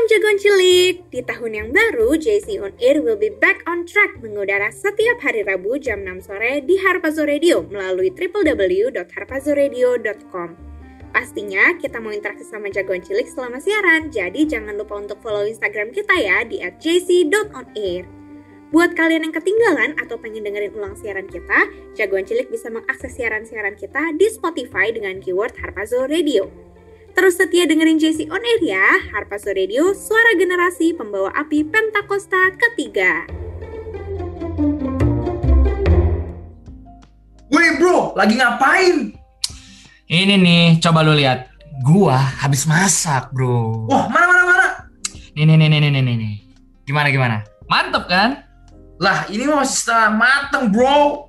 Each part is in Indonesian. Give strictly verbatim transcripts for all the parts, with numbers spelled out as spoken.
Salam jagoan cilik. Di tahun yang baru, J C On Air will be back on track mengudara setiap hari Rabu jam enam sore di Harpazo Radio melalui w w w dot harpazo radio dot com. Pastinya kita mau interaksi sama jagoan cilik selama siaran, jadi jangan lupa untuk follow Instagram kita ya di at j c dot on air. Buat kalian yang ketinggalan atau pengen dengerin ulang siaran kita, jagoan cilik bisa mengakses siaran-siaran kita di Spotify dengan keyword Harpazo Radio. Terus setia dengerin J C On Air ya, Harpazo Radio, suara generasi pembawa api Pentakosta ketiga. Woi bro, lagi ngapain? Ini nih, coba lu lihat. Gua habis masak, bro. Wah, mana mana mana? Nih nih nih nih nih nih nih. Gimana gimana? Mantep kan? Lah, ini masih setengah mateng, bro.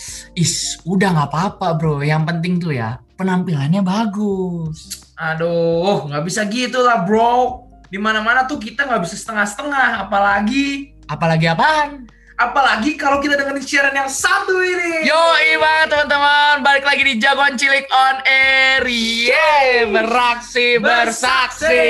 Is, udah nggak apa-apa, bro. Yang penting tuh ya, penampilannya bagus. Aduh, nggak bisa gitu lah, bro. Di mana-mana tuh kita nggak bisa setengah-setengah, apalagi. Apalagi apaan? Apalagi kalau kita dengerin siaran yang satu ini. Yoi banget teman-teman, balik lagi di Jagoan Cilik On Air. Yeay, beraksi bersaksi.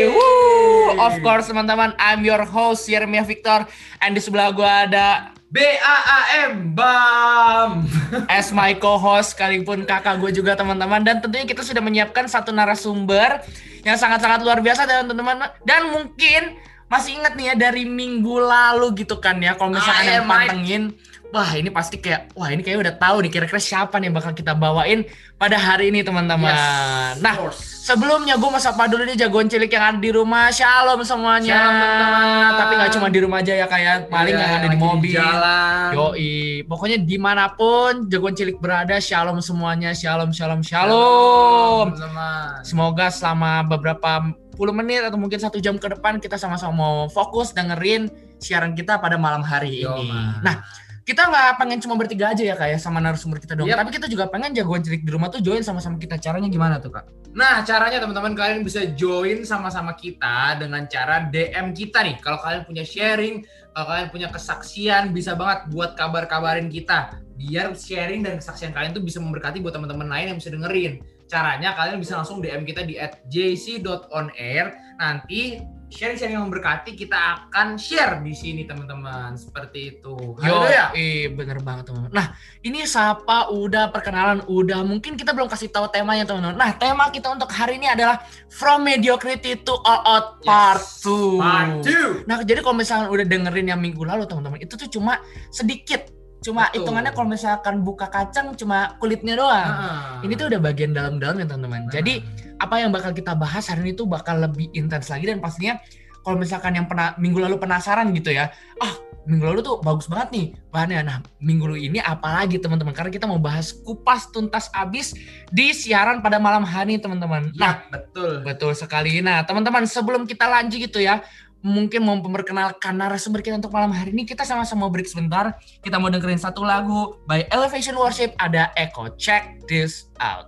Woo. Of course teman-teman, I'm your host Yeremia Victor, and di sebelah gua ada B A A M Bam. as my co-host, sekalipun kakak gue juga teman-teman. Dan tentunya kita sudah menyiapkan satu narasumber yang sangat-sangat luar biasa teman-teman. Dan mungkin masih ingat nih ya dari minggu lalu gitu kan ya, kalau misalkan yang pantengin, wah ini pasti kayak, wah ini kayaknya udah tahu nih kira-kira siapa nih yang bakal kita bawain pada hari ini teman-teman. Yes, nah sebelumnya gue mau sapa dulu nih jagoan cilik yang ada di rumah. Shalom semuanya. Shalom teman-teman. Tapi nggak cuma di rumah aja ya, kayak paling yang ada di mobil. Di Yoi, pokoknya dimanapun jagoan cilik berada, shalom semuanya, shalom shalom shalom. Teman-teman. Semoga selama beberapa puluh menit atau mungkin satu jam ke depan kita sama-sama mau fokus dengerin siaran kita pada malam hari Yo, ini. man. Nah, kita nggak pengen cuma bertiga aja ya kayak sama narasumber kita dong. Yep. Tapi kita juga pengen jagoan cilik di rumah tuh join sama-sama kita. Caranya gimana tuh, Kak? Nah, caranya teman-teman kalian bisa join sama-sama kita dengan cara D M kita nih. Kalau kalian punya sharing, kalau kalian punya kesaksian, bisa banget buat kabar-kabarin kita. Biar sharing dan kesaksian kalian tuh bisa memberkati buat teman-teman lain yang bisa dengerin. Caranya kalian bisa langsung D M kita di at j c dot on air. Nanti sharing-sharing yang memberkati kita akan share di sini teman-teman. Seperti itu. Yo, ya? iya bener banget teman-teman. Nah, ini sapa udah, perkenalan udah. Mungkin kita belum kasih tahu temanya teman-teman. Nah, tema kita untuk hari ini adalah From Mediocrity to All Out Part two. Part two. Nah, jadi kalau misalkan udah dengerin yang minggu lalu teman-teman, itu tuh cuma sedikit. Cuma Betul. hitungannya kalau misalkan buka kacang cuma kulitnya doang. Ah. Ini tuh udah bagian dalam-dalamnya teman-teman. Nah. Jadi apa yang bakal kita bahas hari ini tuh bakal lebih intens lagi, dan pastinya kalau misalkan yang pernah minggu lalu penasaran gitu ya, ah minggu lalu tuh bagus banget nih bahannya. Nah minggu lalu ini apalagi teman-teman, karena kita mau bahas kupas tuntas abis di siaran pada malam hari teman-teman. Nah Ya, betul. betul sekali. Nah teman-teman, sebelum kita lanjut gitu ya, mungkin mau memperkenalkan narasumber kita untuk malam hari ini, kita sama-sama break sebentar. Kita mau dengerin satu lagu by Elevation Worship, ada Echo. Check this out.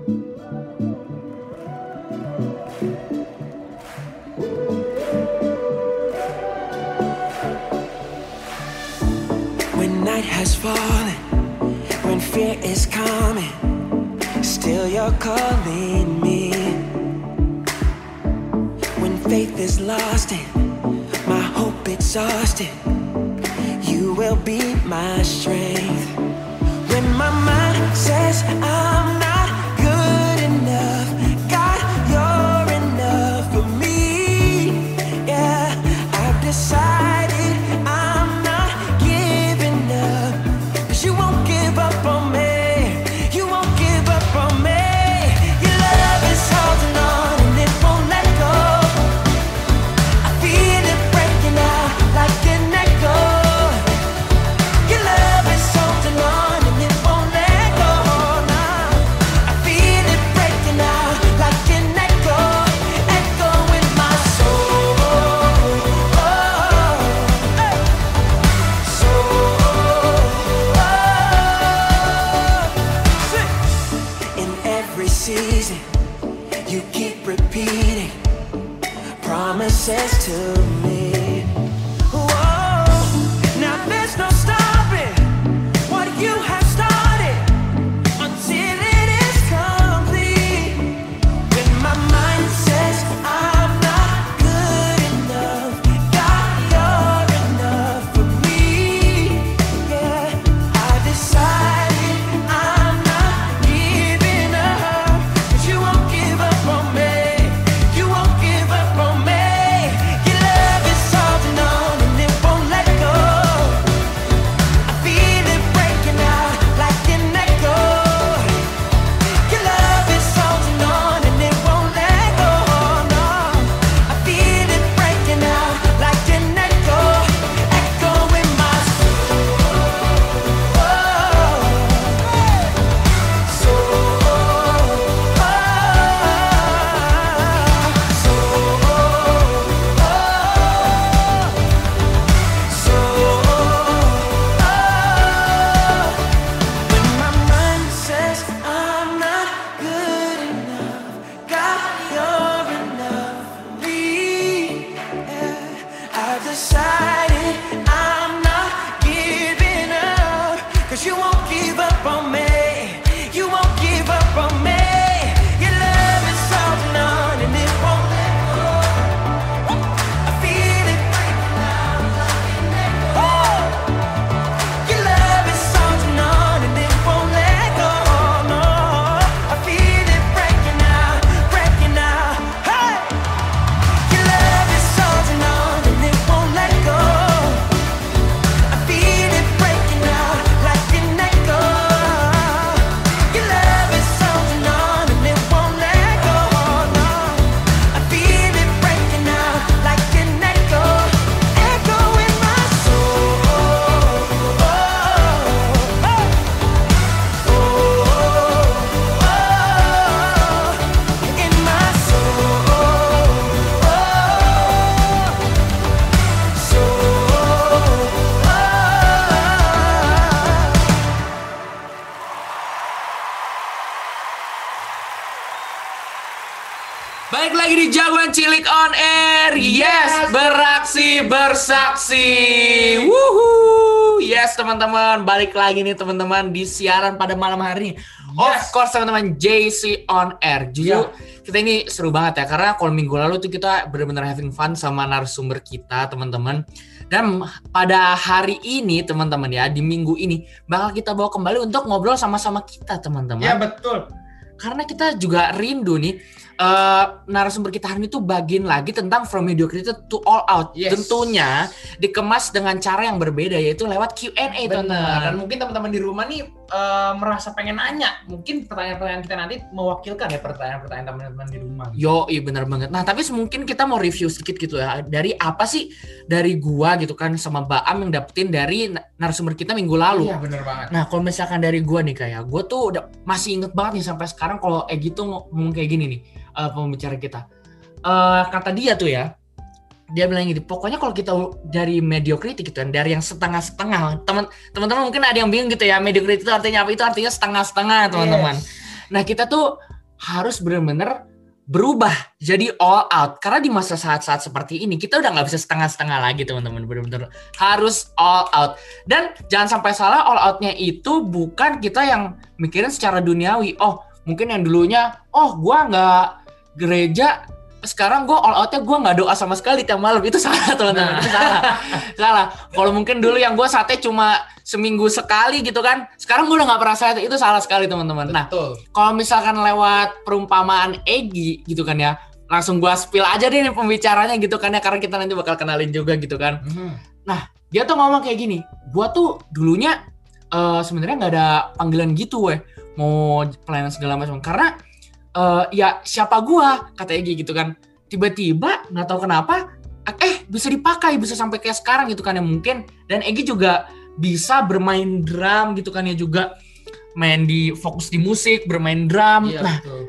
When night has fallen, when fear is coming, still you're calling me. When faith is lost and my hope exhausted, you will be my strength. When my mind says I'm not good enough, God, you're enough for me. Yeah, I've decided I'm not giving up, 'cause you won't give up on me. You won't give up on me. Your love is holding on and it won't let go. I feel it breaking out like an echo. Your love is holding on and it won't let go now. I feel it breaking out like an echo, echo in my soul. Oh, hey. Soul. Oh. In every season, you keep repeating promises to me. Whoa. Now there's no stopping what you have started until it is complete. When my mind says I'm not good Baik lagi di Jagoan Cilik on Air. Yes, beraksi bersaksi. Wuhu. Yes teman-teman, balik lagi nih teman-teman di siaran pada malam hari ini. Of course teman-teman, J C on Air. Jujur yeah. kita ini seru banget ya, karena kalau minggu lalu tuh kita benar-benar having fun sama narasumber kita teman-teman. Dan pada hari ini teman-teman ya, di minggu ini bakal kita bawa kembali untuk ngobrol sama-sama kita teman-teman. Ya betul. Karena kita juga rindu nih, uh, narasumber kita hari ini tuh bagian lagi tentang From Mediocrity to All Out. Yes. Tentunya dikemas dengan cara yang berbeda, yaitu lewat Q and A teman-teman. Dan mungkin teman-teman di rumah nih uh, merasa pengen nanya, mungkin pertanyaan-pertanyaan kita nanti mewakilkan ya pertanyaan-pertanyaan teman-teman di rumah. Gitu. Yo, iya benar banget. Nah tapi mungkin kita mau review sedikit gitu ya, dari apa sih dari gua gitu kan sama Baam yang dapetin dari narasumber kita minggu lalu. Iya benar banget. Nah kalau misalkan dari gua nih kayak, gua tuh udah masih inget banget nih sampai sekarang kalau Egy tuh ngomong kayak gini nih, uh, pembicara kita. Uh, kata dia tuh ya, dia bilang gitu, pokoknya kalau kita dari mediocrity gitu kan, dari yang setengah-setengah, teman teman-teman mungkin ada yang bingung gitu ya, mediocrity itu artinya apa? Itu artinya setengah-setengah teman-teman. Yes. Nah kita tuh harus benar-benar berubah jadi all out, karena di masa saat-saat seperti ini kita udah nggak bisa setengah-setengah lagi teman-teman, benar-benar harus all out. Dan jangan sampai salah, all outnya itu bukan kita yang mikirin secara duniawi. Oh mungkin yang dulunya, oh gue nggak gereja, sekarang gue all outnya gue nggak doa sama sekali tiap malam. Itu salah teman-teman, itu salah. Salah. Kalau mungkin dulu yang gue sate cuma seminggu sekali gitu kan, sekarang gue udah nggak pernah sate. Itu salah sekali teman-teman. Nah, kalau misalkan lewat perumpamaan Egy gitu kan ya, langsung gue spill aja deh nih pembicaranya gitu kan ya, karena kita nanti bakal kenalin juga gitu kan. Mm-hmm. Nah, dia tuh ngomong kayak gini, gue tuh dulunya uh, sebenarnya nggak ada panggilan gitu weh, mau pelayanan segala macam, karena uh, ya siapa gua, kata Egy gitu kan, tiba-tiba nggak tahu kenapa eh bisa dipakai, bisa sampai kayak sekarang gitu kan ya mungkin. Dan Egy juga bisa bermain drum gitu kan ya, juga main di fokus di musik, bermain drum. Iya, nah betul.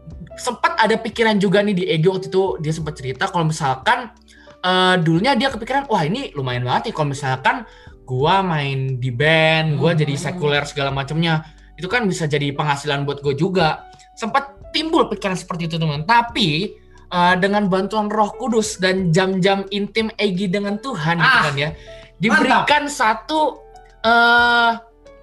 Sempat ada pikiran juga nih di Egy waktu itu, dia sempat cerita kalau misalkan uh, dulunya dia kepikiran, wah ini lumayan banget nih kalau misalkan gua main di band, gua hmm. jadi sekuler segala macamnya, itu kan bisa jadi penghasilan buat gue juga. Sempat timbul pikiran seperti itu teman. Tapi uh, dengan bantuan Roh Kudus dan jam-jam intim Egy dengan Tuhan ah, gitu kan ya, diberikan mantap. satu uh,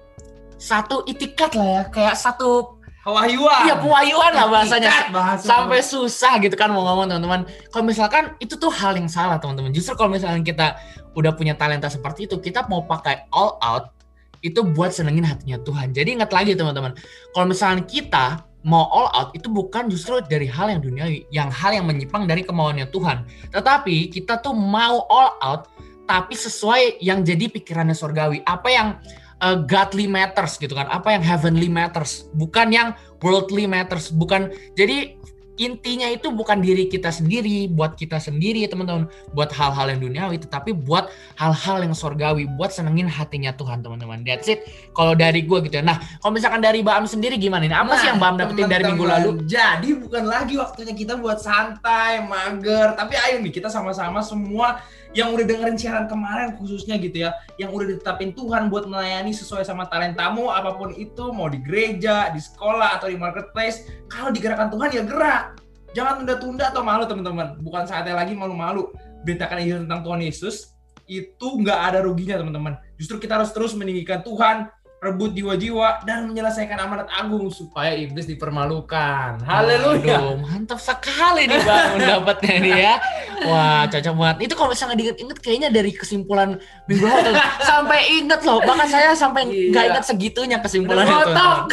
satu itikat lah ya, kayak satu pewahyuan. Iya, pewahyuan lah bahasanya. Bahasa Sampai susah gitu kan mau ngomong teman-teman. Kalau misalkan itu tuh hal yang salah teman-teman. Justru kalau misalkan kita udah punya talenta seperti itu, kita mau pakai all out, itu buat senengin hatinya Tuhan. Jadi ingat lagi teman-teman, kalau misalnya kita mau all out, itu bukan justru dari hal yang duniawi, yang hal yang menyimpang dari kemauannya Tuhan. Tetapi kita tuh mau all out, tapi sesuai yang jadi pikirannya surgawi. Apa yang uh, godly matters gitu kan, apa yang heavenly matters, bukan yang worldly matters. Bukan, jadi intinya itu bukan diri kita sendiri, buat kita sendiri teman-teman, buat hal-hal yang duniawi, tetapi buat hal-hal yang surgawi, buat senengin hatinya Tuhan teman-teman. That's it. Kalau dari gue gitu ya. Nah, kalau misalkan dari Baam sendiri gimana nih? Apa nah, sih yang Baam dapetin dari minggu lalu? Jadi bukan lagi waktunya kita buat santai, mager, tapi ayo nih kita sama-sama semua yang udah dengerin siaran kemarin khususnya gitu ya, yang udah ditetapin Tuhan buat melayani sesuai sama talentamu, apapun itu, mau di gereja, di sekolah, atau di marketplace. Kalau digerakkan Tuhan ya gerak, jangan tunda-tunda atau malu teman-teman. Bukan saatnya lagi malu-malu. Beritakan Injil tentang Tuhan Yesus, itu nggak ada ruginya teman-teman. Justru kita harus terus meninggikan Tuhan, rebut jiwa-jiwa, dan menyelesaikan amanat agung supaya iblis dipermalukan. Haleluya. Mantap sekali nih Bang mendapatnya nih ya. Wah, cocok banget. Itu kalau misalnya diinget-inget kayaknya dari kesimpulan minggu lalu sampai inget loh. Bahkan saya sampai nggak iya. inget segitunya kesimpulan itu.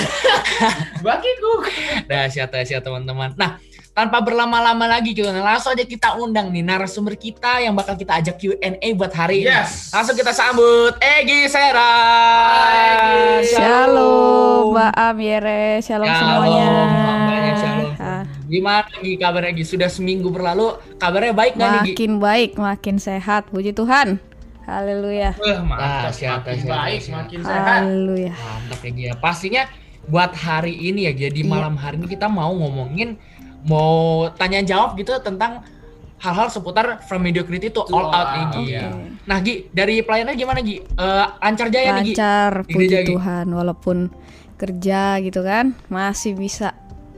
Bagiku. Dahsyat, dahsyat teman-teman. Nah, tanpa berlama-lama lagi gitu, langsung aja kita undang nih narasumber kita yang bakal kita ajak Q and A buat hari ini. Yes. Langsung kita sambut Egy Sera. Shalom, Baam Yere, shalom, shalom semuanya. Shalom. Gimana Egy kabarnya Egy? Sudah seminggu berlalu, kabarnya baik nggak nih Egy? Makin baik, makin sehat, puji Tuhan. Haleluya. Wah, mantap, siap, makin siap, baik, siap. makin sehat. Haleluya. Mantap Egy ya. Pastinya buat hari ini ya, jadi malam hari ini kita mau ngomongin, mau tanya jawab gitu tentang hal-hal seputar from mediocrity to all out nih Gi. Okay. Nah Gi, dari pelayanannya gimana Gi? Uh, lancar jaya nih Gi? Lancar, puji Tuhan, walaupun kerja gitu kan masih bisa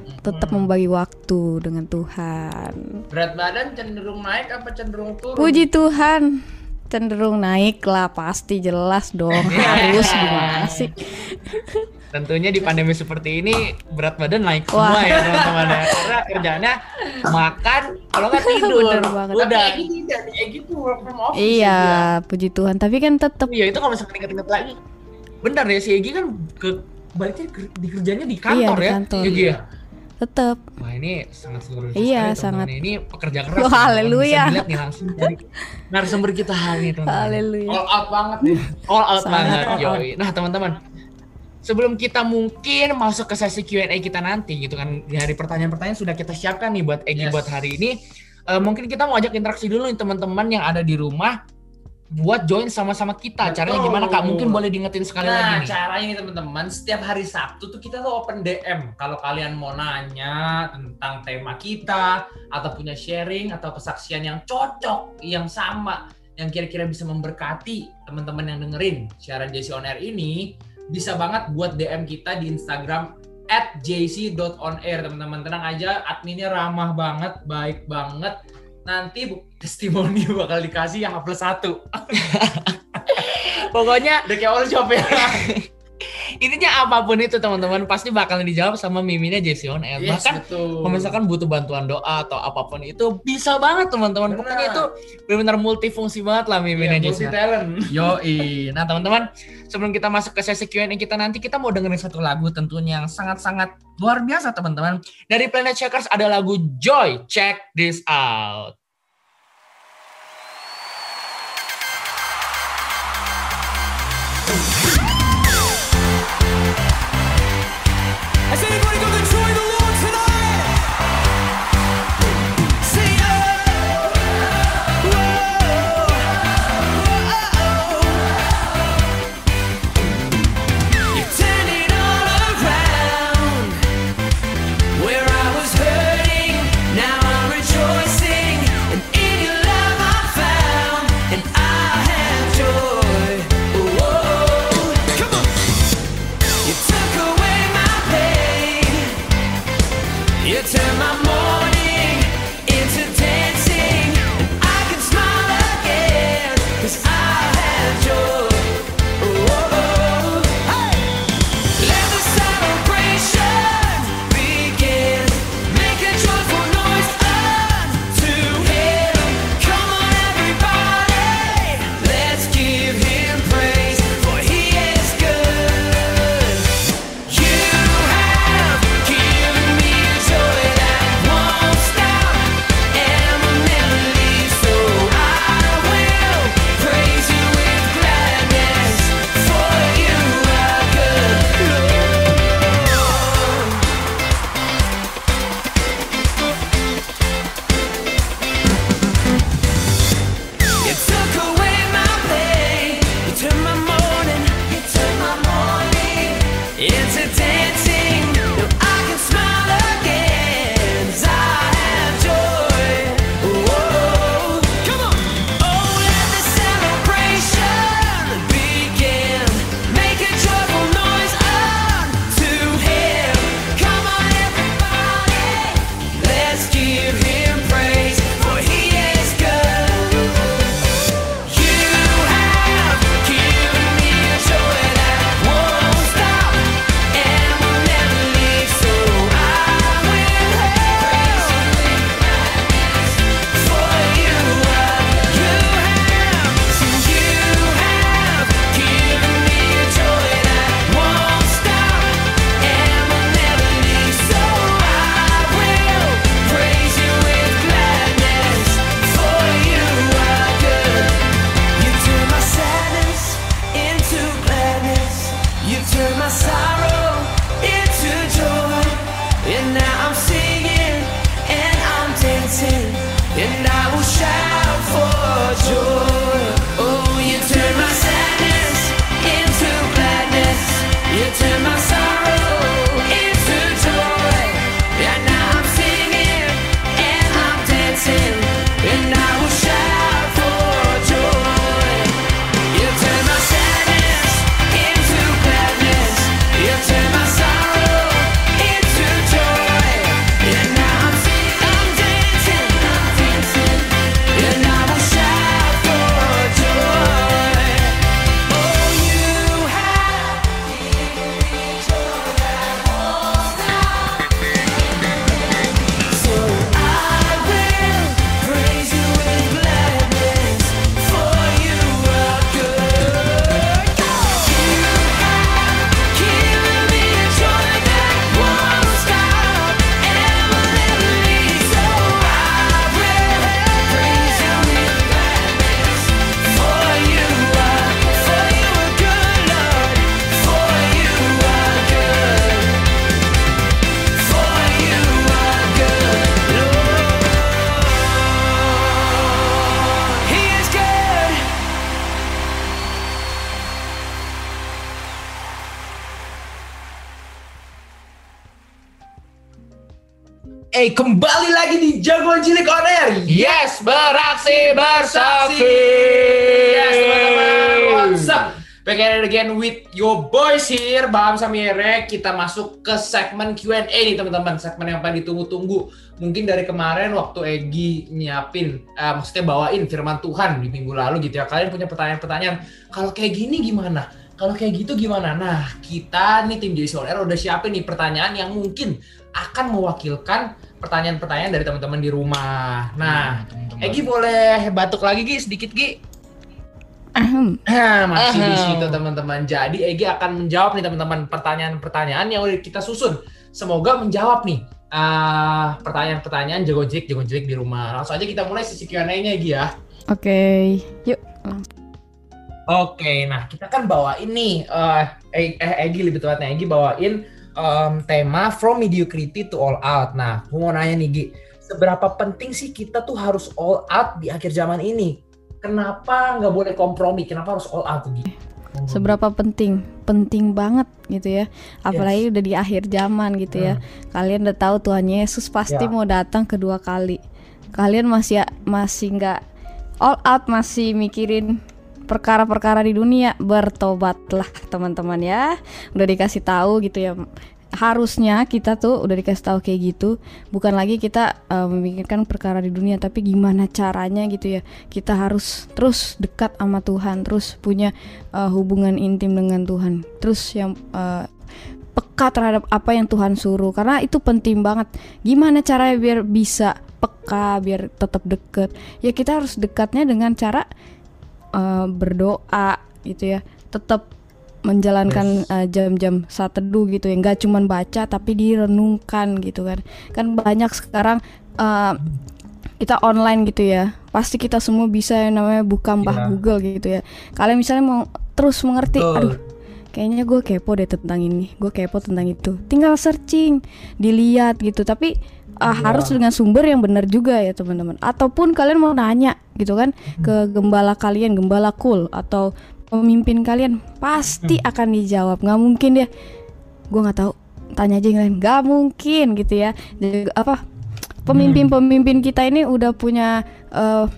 tetap membagi waktu dengan Tuhan. Berat badan cenderung naik apa cenderung turun? Puji Tuhan, cenderung naik lah, pasti jelas dong, harus gimana sih? Tentunya di pandemi seperti ini berat badan naik Wah. semua ya teman-teman ya. Karena kerjanya makan, kalau nggak tidur. Bener banget. Udah. Tapi Egi tidak, Egi tuh work from office. Iya, ya. puji Tuhan, tapi kan tetap Iya itu kalau misalkan inget-inget lagi, benar ya si Egi kan ke baliknya ke- di kerjanya di kantor Iya, di ya. kantor. Egi ya. tetap. Wah ini sangat luar biasa Iya, sekali, sangat. teman-teman. Ini pekerja keras. Wah, teman-teman. haleluya. Bisa dilihat nih langsung dari narasumber kita hari ini teman-teman. Haleluya. All out banget nih. All out Sangat banget, all out. yoi. Nah teman-teman, sebelum kita mungkin masuk ke sesi Q and A kita nanti gitu kan, di hari pertanyaan-pertanyaan sudah kita siapkan nih buat Egi Yes. buat hari ini. Eh, mungkin kita mau ajak interaksi dulu nih teman-teman yang ada di rumah buat join sama-sama kita. Caranya Betul. gimana Kak? Mungkin boleh diingetin sekali lagi Nah, nih. caranya nih teman-teman, setiap hari Sabtu tuh kita tuh open D M. Kalau kalian mau nanya tentang tema kita, atau punya sharing, atau kesaksian yang cocok, yang sama, yang kira-kira bisa memberkati teman-teman yang dengerin siaran J C On Air ini, bisa banget buat D M kita di Instagram at j c dot on air. Teman-teman tenang aja, adminnya ramah banget, baik banget. Nanti bu- testimoni bakal dikasih ya H plus satu. Pokoknya Udah kayak all shop ya. intinya apapun itu teman-teman pasti bakalan dijawab sama miminnya J C On Air. Yes, Bahkan betul. kalau misalkan butuh bantuan doa atau apapun itu bisa banget teman-teman. Benar. Pokoknya itu benar-benar multifungsi banget lah miminnya Iya, J C multi On Air. talent. Yoi. Nah teman-teman, sebelum kita masuk ke sesi Q and A kita nanti, kita mau dengerin satu lagu tentunya yang sangat-sangat luar biasa teman-teman. Dari Planet Shakers ada lagu Joy, Check This Out. Has anybody got the joy of the Lord tonight? Say oh, whoa, whoa. You turned it all around. Where I was hurting, now I'm rejoicing. And in your love I found, and I have joy. Whoa, come on. You took away my pain. You turned my mourning into dancing. And I can smile again, 'cause I have joy. Oh, hey. Let the celebration begin. Make a joyful noise unto Him. Come on everybody, let's give Him praise, for He is good. You have given me joy that won't Eh, kembali lagi di Jagoan Cilik On Air. Yes, beraksi bersaksi. Yes, teman-teman. What's up? Back at it again with your boys here, Baham sama Yerek. Kita masuk ke segmen Q and A nih teman-teman. Segmen yang paling ditunggu-tunggu. Mungkin dari kemarin waktu Egi nyiapin, uh, maksudnya bawain firman Tuhan di minggu lalu gitu ya. Kalian punya pertanyaan-pertanyaan, kalau kayak gini gimana? Kalau kayak gitu gimana? Nah, kita nih tim J C On Air udah siapin nih pertanyaan yang mungkin akan mewakilkan pertanyaan-pertanyaan dari teman-teman di rumah. Nah, hmm, Egi boleh batuk lagi Gi sedikit Gi? Nah, masih di situ teman-teman. Jadi Egi akan menjawab nih teman-teman pertanyaan-pertanyaan yang udah kita susun. Semoga menjawab nih uh, pertanyaan-pertanyaan Jagoan Cilik Jagoan Cilik di rumah. Langsung aja kita mulai sesi Q and A-nya Egi ya. Oke, okay. Yuk. Oke, nah kita kan bawain nih uh, eh, Egi lebih tepatnya Egi bawain um, tema From Mediocrity to All Out. Nah, gue mau nanya nih Gi, seberapa penting sih kita tuh harus all out di akhir zaman ini? Kenapa nggak boleh kompromi? Kenapa harus all out tuh Gi? Seberapa penting? Penting banget gitu ya. Apalagi yes. udah di akhir zaman gitu ya. Hmm. Kalian udah tahu Tuhan Yesus pasti ya. mau datang kedua kali. Kalian masih masih nggak all out, masih mikirin perkara-perkara di dunia. Bertobatlah teman-teman ya. Udah dikasih tahu gitu ya. Harusnya kita tuh udah dikasih tahu kayak gitu, bukan lagi kita uh, memikirkan perkara di dunia, tapi gimana caranya gitu ya. Kita harus terus dekat sama Tuhan, terus punya uh, hubungan intim dengan Tuhan, terus yang uh, peka terhadap apa yang Tuhan suruh, karena itu penting banget. Gimana caranya biar bisa peka, biar tetap deket? Ya kita harus dekatnya dengan cara uh, berdoa gitu ya, tetap menjalankan yes. uh, jam-jam saat teduh gitu ya, nggak cuman baca tapi direnungkan gitu kan. Kan banyak sekarang uh, kita online gitu ya, pasti kita semua bisa yang namanya buka mbah yeah. Google gitu ya. Kalian misalnya mau terus mengerti, Betul. aduh kayaknya gue kepo deh tentang ini, gue kepo tentang itu, tinggal searching, dilihat gitu. Tapi uh, yeah. harus dengan sumber yang benar juga ya teman-teman. Ataupun kalian mau nanya gitu kan hmm. ke gembala kalian, gembala cool atau pemimpin kalian, pasti hmm. akan dijawab. Nggak mungkin dia, gue nggak tahu, tanya aja yang lain. Nggak mungkin gitu ya. Jadi, apa pemimpin-pemimpin kita ini udah punya uh,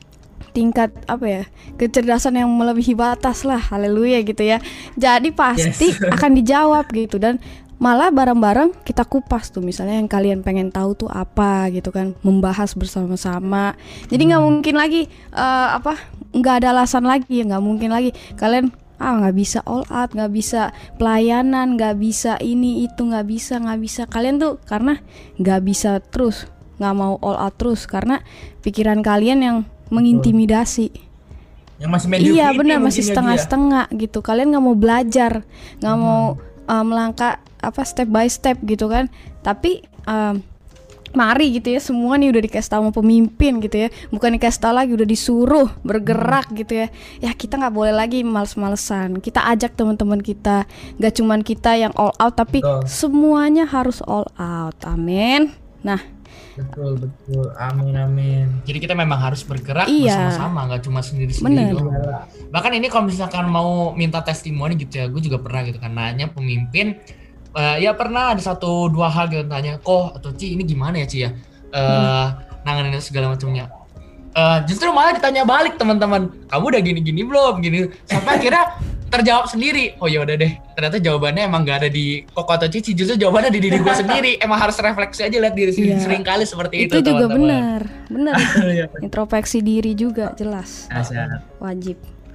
tingkat apa ya, kecerdasan yang melebihi batas lah, haleluya gitu ya. Jadi pasti yes. akan dijawab gitu. Dan malah bareng-bareng kita kupas tuh, misalnya yang kalian pengen tahu tuh apa gitu kan, membahas bersama-sama. Jadi nggak hmm. mungkin lagi uh, apa nggak ada alasan lagi ya, nggak mungkin lagi kalian ah nggak bisa all out, nggak bisa pelayanan, nggak bisa ini itu, nggak bisa nggak bisa kalian tuh karena nggak bisa terus, nggak mau all out terus karena pikiran kalian yang mengintimidasi. Yang masih mediocre. Iya benar, masih setengah-setengah gitu. Kalian nggak mau belajar, nggak hmm. mau uh, melangkah apa step by step gitu kan. Tapi um, mari gitu ya, semua nih udah dikasih tahu sama pemimpin gitu ya, bukan dikasih tahu lagi, udah disuruh bergerak hmm. gitu ya. Ya kita nggak boleh lagi males-malesan. Kita ajak teman-teman kita, nggak cuman kita yang all out, tapi betul. Semuanya harus all out. Amin. Nah, betul betul, amin amin. Jadi kita memang harus bergerak iya. bersama-sama, nggak cuma sendiri-sendiri doang. Bahkan ini kalau misalkan mau minta testimoni gitu ya, gue juga pernah gitu kan nanya pemimpin. Uh, ya pernah ada satu dua hal gitu tanya, kok atau Ci ini gimana ya Ci ya uh, hmm. nanganin segala macamnya. Uh, justru malah ditanya balik teman-teman, kamu udah gini-gini belum gini, sampai akhirnya terjawab sendiri. Oh ya udah deh, ternyata jawabannya emang gak ada di Koko atau Cici, justru jawabannya di diri gue sendiri. Emang harus refleksi aja, lihat diri sendiri. Yeah. Sering kali seperti itu. Itu juga teman-teman. benar, benar itu. Introspeksi diri juga jelas, Asyat. wajib.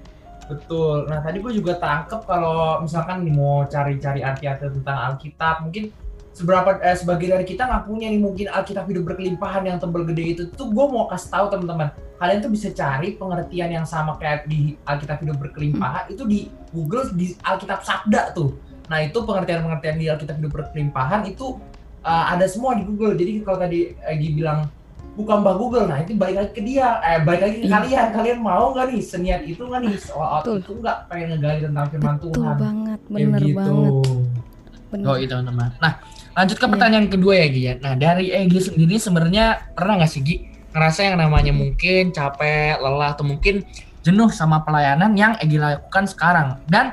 Betul. Nah tadi gue juga tangkep kalau misalkan mau cari-cari arti-arti tentang Alkitab, mungkin seberapa eh, sebagian dari kita nggak punya nih mungkin Alkitab Hidup Berkelimpahan yang tebel gede itu. Tuh gue mau kasih tahu teman-teman, kalian tuh bisa cari pengertian yang sama kayak di Alkitab Hidup Berkelimpahan hmm. itu di Google, di Alkitab Sabda tuh. Nah itu pengertian-pengertian di Alkitab Hidup Berkelimpahan itu uh, ada semua di Google. Jadi kalau tadi Egi bilang bukan Mbah Google, nah itu balik lagi ke dia, eh balik lagi ke iya. kalian, kalian mau nggak nih seniat itu nggak nih soal itu nggak pengen ngegali tentang firman Tuhan? Betul banget, bener gitu. banget. Bener. Oh itu teman-teman. Nah lanjut ke pertanyaan yeah. kedua ya Gi ya. Nah dari Egi sendiri sebenarnya pernah nggak sih Gi ngerasa yang namanya mungkin capek, lelah atau mungkin jenuh sama pelayanan yang Egi lakukan sekarang? Dan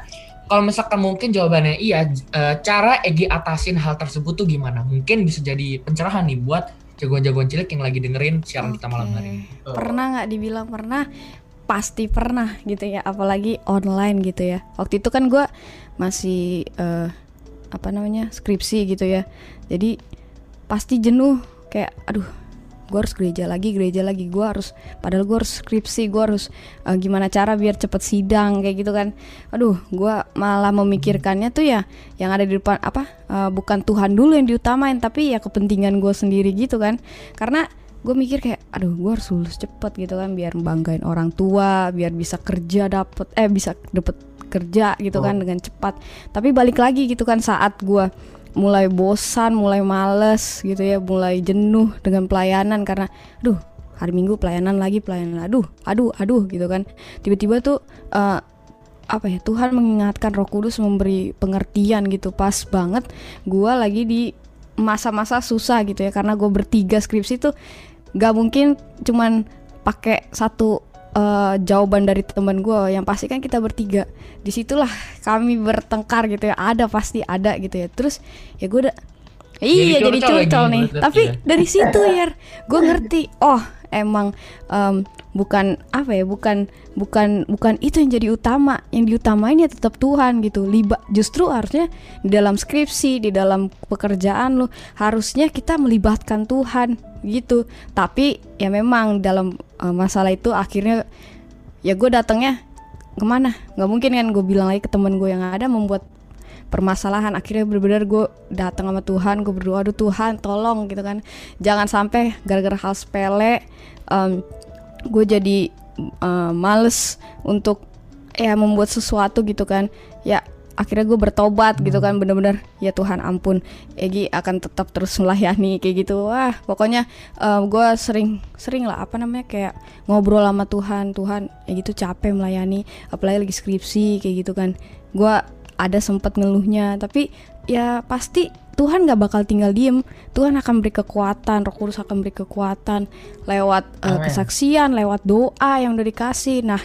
kalau misalkan mungkin jawabannya iya, uh, cara Egi atasin hal tersebut tuh gimana? Mungkin bisa jadi pencerahan nih buat jagoan-jagoan cilik yang lagi dengerin siaran okay. kita malam hari ini. Oh. Pernah nggak dibilang pernah? Pasti pernah gitu ya, apalagi online gitu ya. Waktu itu kan gue masih uh, apa namanya skripsi gitu ya, jadi pasti jenuh kayak aduh gue harus gereja lagi gereja lagi gue harus padahal gue harus skripsi, gue harus uh, gimana cara biar cepet sidang kayak gitu kan. Aduh gue malah memikirkannya tuh ya yang ada di depan apa uh, bukan Tuhan dulu yang diutamain, tapi ya kepentingan gue sendiri gitu kan. Karena gue mikir kayak aduh gue harus lulus cepet gitu kan biar banggain orang tua, biar bisa kerja dapet eh bisa dapet kerja gitu oh. kan dengan cepat. Tapi balik lagi gitu kan saat gue mulai bosan, mulai males gitu ya, mulai jenuh dengan pelayanan karena aduh hari Minggu pelayanan lagi pelayanan aduh aduh aduh gitu kan. Tiba-tiba tuh uh, apa ya Tuhan mengingatkan, Roh Kudus memberi pengertian gitu. Pas banget gue lagi di masa-masa susah gitu ya, karena gue bertiga skripsi tuh gak mungkin cuman pakai satu uh, jawaban dari teman gue, yang pasti kan kita bertiga. Disitulah kami bertengkar gitu ya, ada pasti ada gitu ya. Terus ya gue udah iya jadi curcol nih, tapi ya. Dari situ ya gue ngerti oh emang um, bukan apa ya bukan bukan bukan itu yang jadi utama, yang diutamain ya tetap Tuhan gitu. Liba justru harusnya di dalam skripsi, di dalam pekerjaan lu harusnya kita melibatkan Tuhan gitu. Tapi ya memang dalam uh, masalah itu akhirnya ya gue datangnya kemana, nggak mungkin kan gue bilang lagi ke temen gue yang ada membuat permasalahan. Akhirnya benar-benar gue datang sama Tuhan, gue berdoa aduh Tuhan tolong gitu kan, jangan sampai gara-gara hal sepele um, gue jadi uh, males untuk ya membuat sesuatu gitu kan. Ya akhirnya gue bertobat gitu kan, benar-benar ya Tuhan ampun Egi akan tetap terus melayani kayak gitu. Wah pokoknya uh, gue sering sering lah apa namanya kayak ngobrol sama Tuhan. Tuhan ya gitu capek melayani, apalagi lagi skripsi kayak gitu kan. Gue ada sempat ngeluhnya, tapi ya pasti Tuhan gak bakal tinggal diem. Tuhan akan beri kekuatan, Roh Kudus akan beri kekuatan lewat uh, kesaksian, lewat doa yang udah dikasih. Nah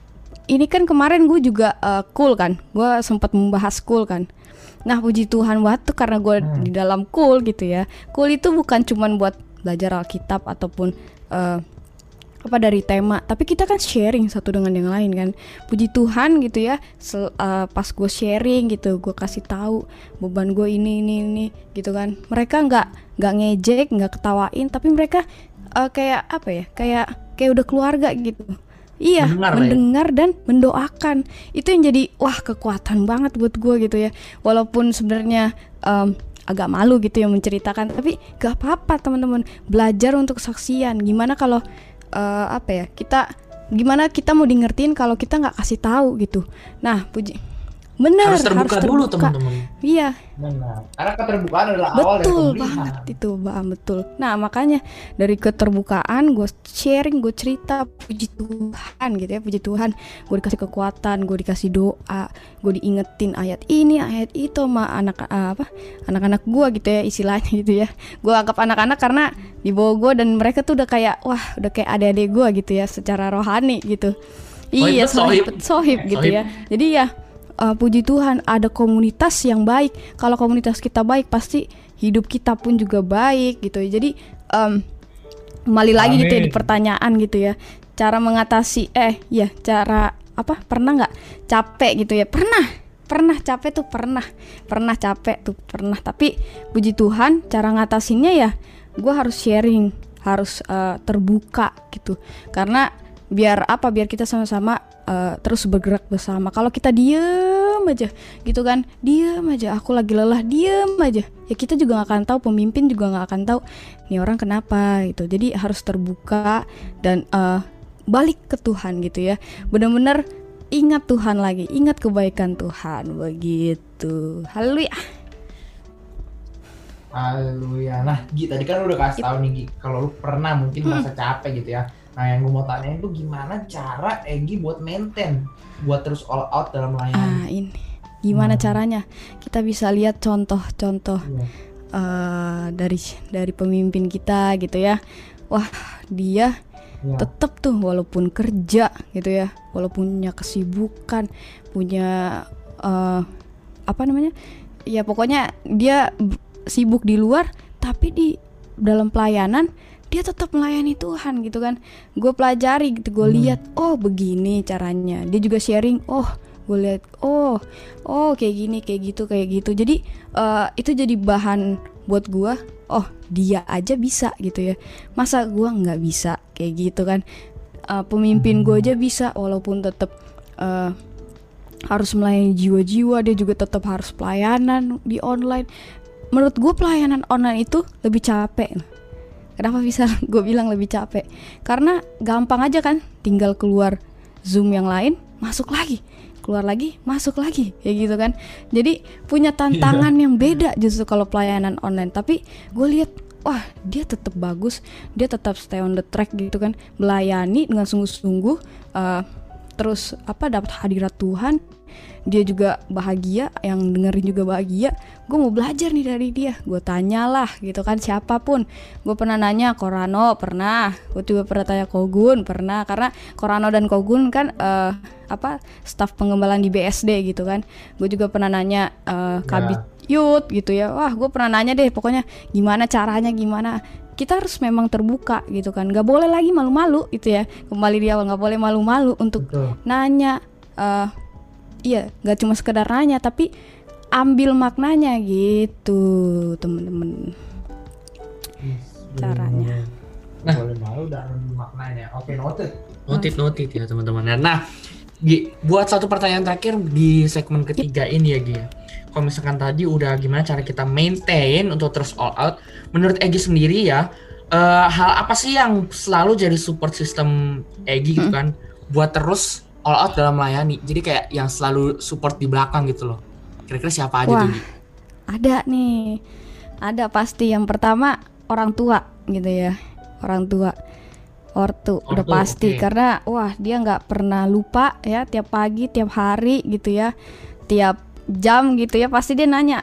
ini kan kemarin gue juga uh, cool kan, gue sempat membahas cool kan. Nah puji Tuhan banget tuh karena gue hmm. di dalam cool gitu ya. Cool itu bukan cuman buat belajar Alkitab ataupun uh, apa dari tema, tapi kita kan sharing satu dengan yang lain kan. Puji Tuhan gitu ya. Sel, uh, pas gue sharing gitu, gue kasih tahu beban gue ini ini ini gitu kan. Mereka nggak nggak ngejek, nggak ketawain, tapi mereka uh, kayak apa ya? Kayak kayak udah keluarga gitu. Iya, mendengar, mendengar ya? Dan mendoakan. Itu yang jadi wah kekuatan banget buat gue gitu ya. Walaupun sebenarnya um, agak malu gitu ya menceritakan, tapi gak apa-apa teman-teman. Belajar untuk kesaksian. Gimana kalau uh, apa ya? Kita gimana kita mau di ngertiin kalau kita nggak kasih tahu gitu. Nah, puji. Benar, harus terbuka, harus terbuka dulu teman-teman. Iya. Benar. Karena keterbukaan adalah betul awal dari pembelian. Betul banget itu, Bang, betul. Nah, makanya dari keterbukaan gue sharing, gue cerita, puji Tuhan gitu ya, puji Tuhan. Gue dikasih kekuatan, gue dikasih doa, gue diingetin ayat ini, ayat itu sama anak apa? Anak-anak gue gitu ya istilahnya gitu ya. Gue anggap anak-anak karena di bawah gue dan mereka tuh udah kayak wah, udah kayak adik-adik gue gitu ya secara rohani gitu. Oh, iya, sohib, sohib gitu sohib. Ya. Jadi ya Uh, puji Tuhan ada komunitas yang baik. Kalau komunitas kita baik pasti hidup kita pun juga baik gitu. Jadi um, kembali lagi Amin. Gitu ya di pertanyaan gitu ya. Cara mengatasi eh ya cara apa? Pernah nggak capek gitu ya? Pernah. Pernah capek tuh pernah. Pernah capek tuh pernah. Tapi puji Tuhan cara ngatasinnya ya gue harus sharing, harus uh, terbuka gitu. Karena biar apa? Biar kita sama-sama uh, terus bergerak bersama. Kalau kita diem aja gitu kan, diem aja, aku lagi lelah, diem aja, ya kita juga gak akan tahu, pemimpin juga gak akan tahu nih orang kenapa gitu. Jadi harus terbuka dan uh, balik ke Tuhan gitu ya. Benar-benar ingat Tuhan lagi, ingat kebaikan Tuhan begitu. Haleluya. Haleluya. Nah, Gi, tadi kan lu udah kasih tahu nih Gi, kalau lu pernah mungkin hmm. merasa capek gitu ya. Nah, yang gue mau tanyain tuh gimana cara Egi buat maintain, buat terus all out dalam melayani. Ah, ini gimana hmm. caranya? Kita bisa lihat contoh-contoh yeah. uh, dari dari pemimpin kita gitu ya. Wah, dia yeah. tetap tuh walaupun kerja gitu ya, walaupun punya kesibukan, punya uh, apa namanya ya pokoknya dia b- sibuk di luar, tapi di dalam pelayanan dia tetap melayani Tuhan gitu kan. Gue pelajari gitu, gue lihat oh begini caranya. Dia juga sharing, oh gue lihat oh oh kayak gini kayak gitu kayak gitu. Jadi uh, itu jadi bahan buat gue, oh dia aja bisa gitu ya, masa gue nggak bisa kayak gitu kan. Uh, pemimpin gue aja bisa walaupun tetap uh, harus melayani jiwa-jiwa, dia juga tetap harus pelayanan di online. Menurut gue pelayanan online itu lebih capek. Kenapa bisa gue bilang lebih capek? Karena gampang aja kan, tinggal keluar Zoom yang lain, masuk lagi, keluar lagi, masuk lagi, kayak gitu kan. Jadi punya tantangan yeah. yang beda justru kalau pelayanan online. Tapi gue lihat, wah dia tetap bagus, dia tetap stay on the track gitu kan, melayani dengan sungguh-sungguh, uh, terus apa dapat hadirat Tuhan. Dia juga bahagia, yang dengerin juga bahagia. Gue mau belajar nih dari dia. Gue tanyalah gitu kan, siapapun. Gue pernah nanya Korano, pernah. Gue juga pernah tanya Kogun, pernah. Karena Korano dan Kogun kan uh, apa staf pengembalaan di B S D gitu kan. Gue juga pernah nanya uh, Kabit Youth gitu ya. Wah gue pernah nanya deh, pokoknya gimana caranya, gimana. Kita harus memang terbuka gitu kan. Gak boleh lagi malu-malu gitu ya. Kembali di awal, gak boleh malu-malu untuk Betul. nanya. Uh, Iya, nggak cuma sekedar nanya, tapi ambil maknanya gitu, temen-temen. Caranya. Nah, boleh malu dan ambil maknanya. Oke, noted. Noted, noted ya teman-teman. Nah, Gi, buat satu pertanyaan terakhir di segmen ketiga ini ya Gi. Kalau misalkan tadi udah gimana cara kita maintain untuk terus all out, menurut Egi sendiri ya, uh, hal apa sih yang selalu jadi support system Egi gitu hmm. kan, buat terus all out dalam melayani. Jadi kayak yang selalu support di belakang gitu loh. Kira-kira siapa aja Wah, tuh? Ada nih. Ada pasti. Yang pertama orang tua gitu ya. Orang tua. Ortu, Ortu udah pasti okay. Karena wah dia nggak pernah lupa ya, tiap pagi, tiap hari gitu ya. Tiap jam gitu ya pasti dia nanya.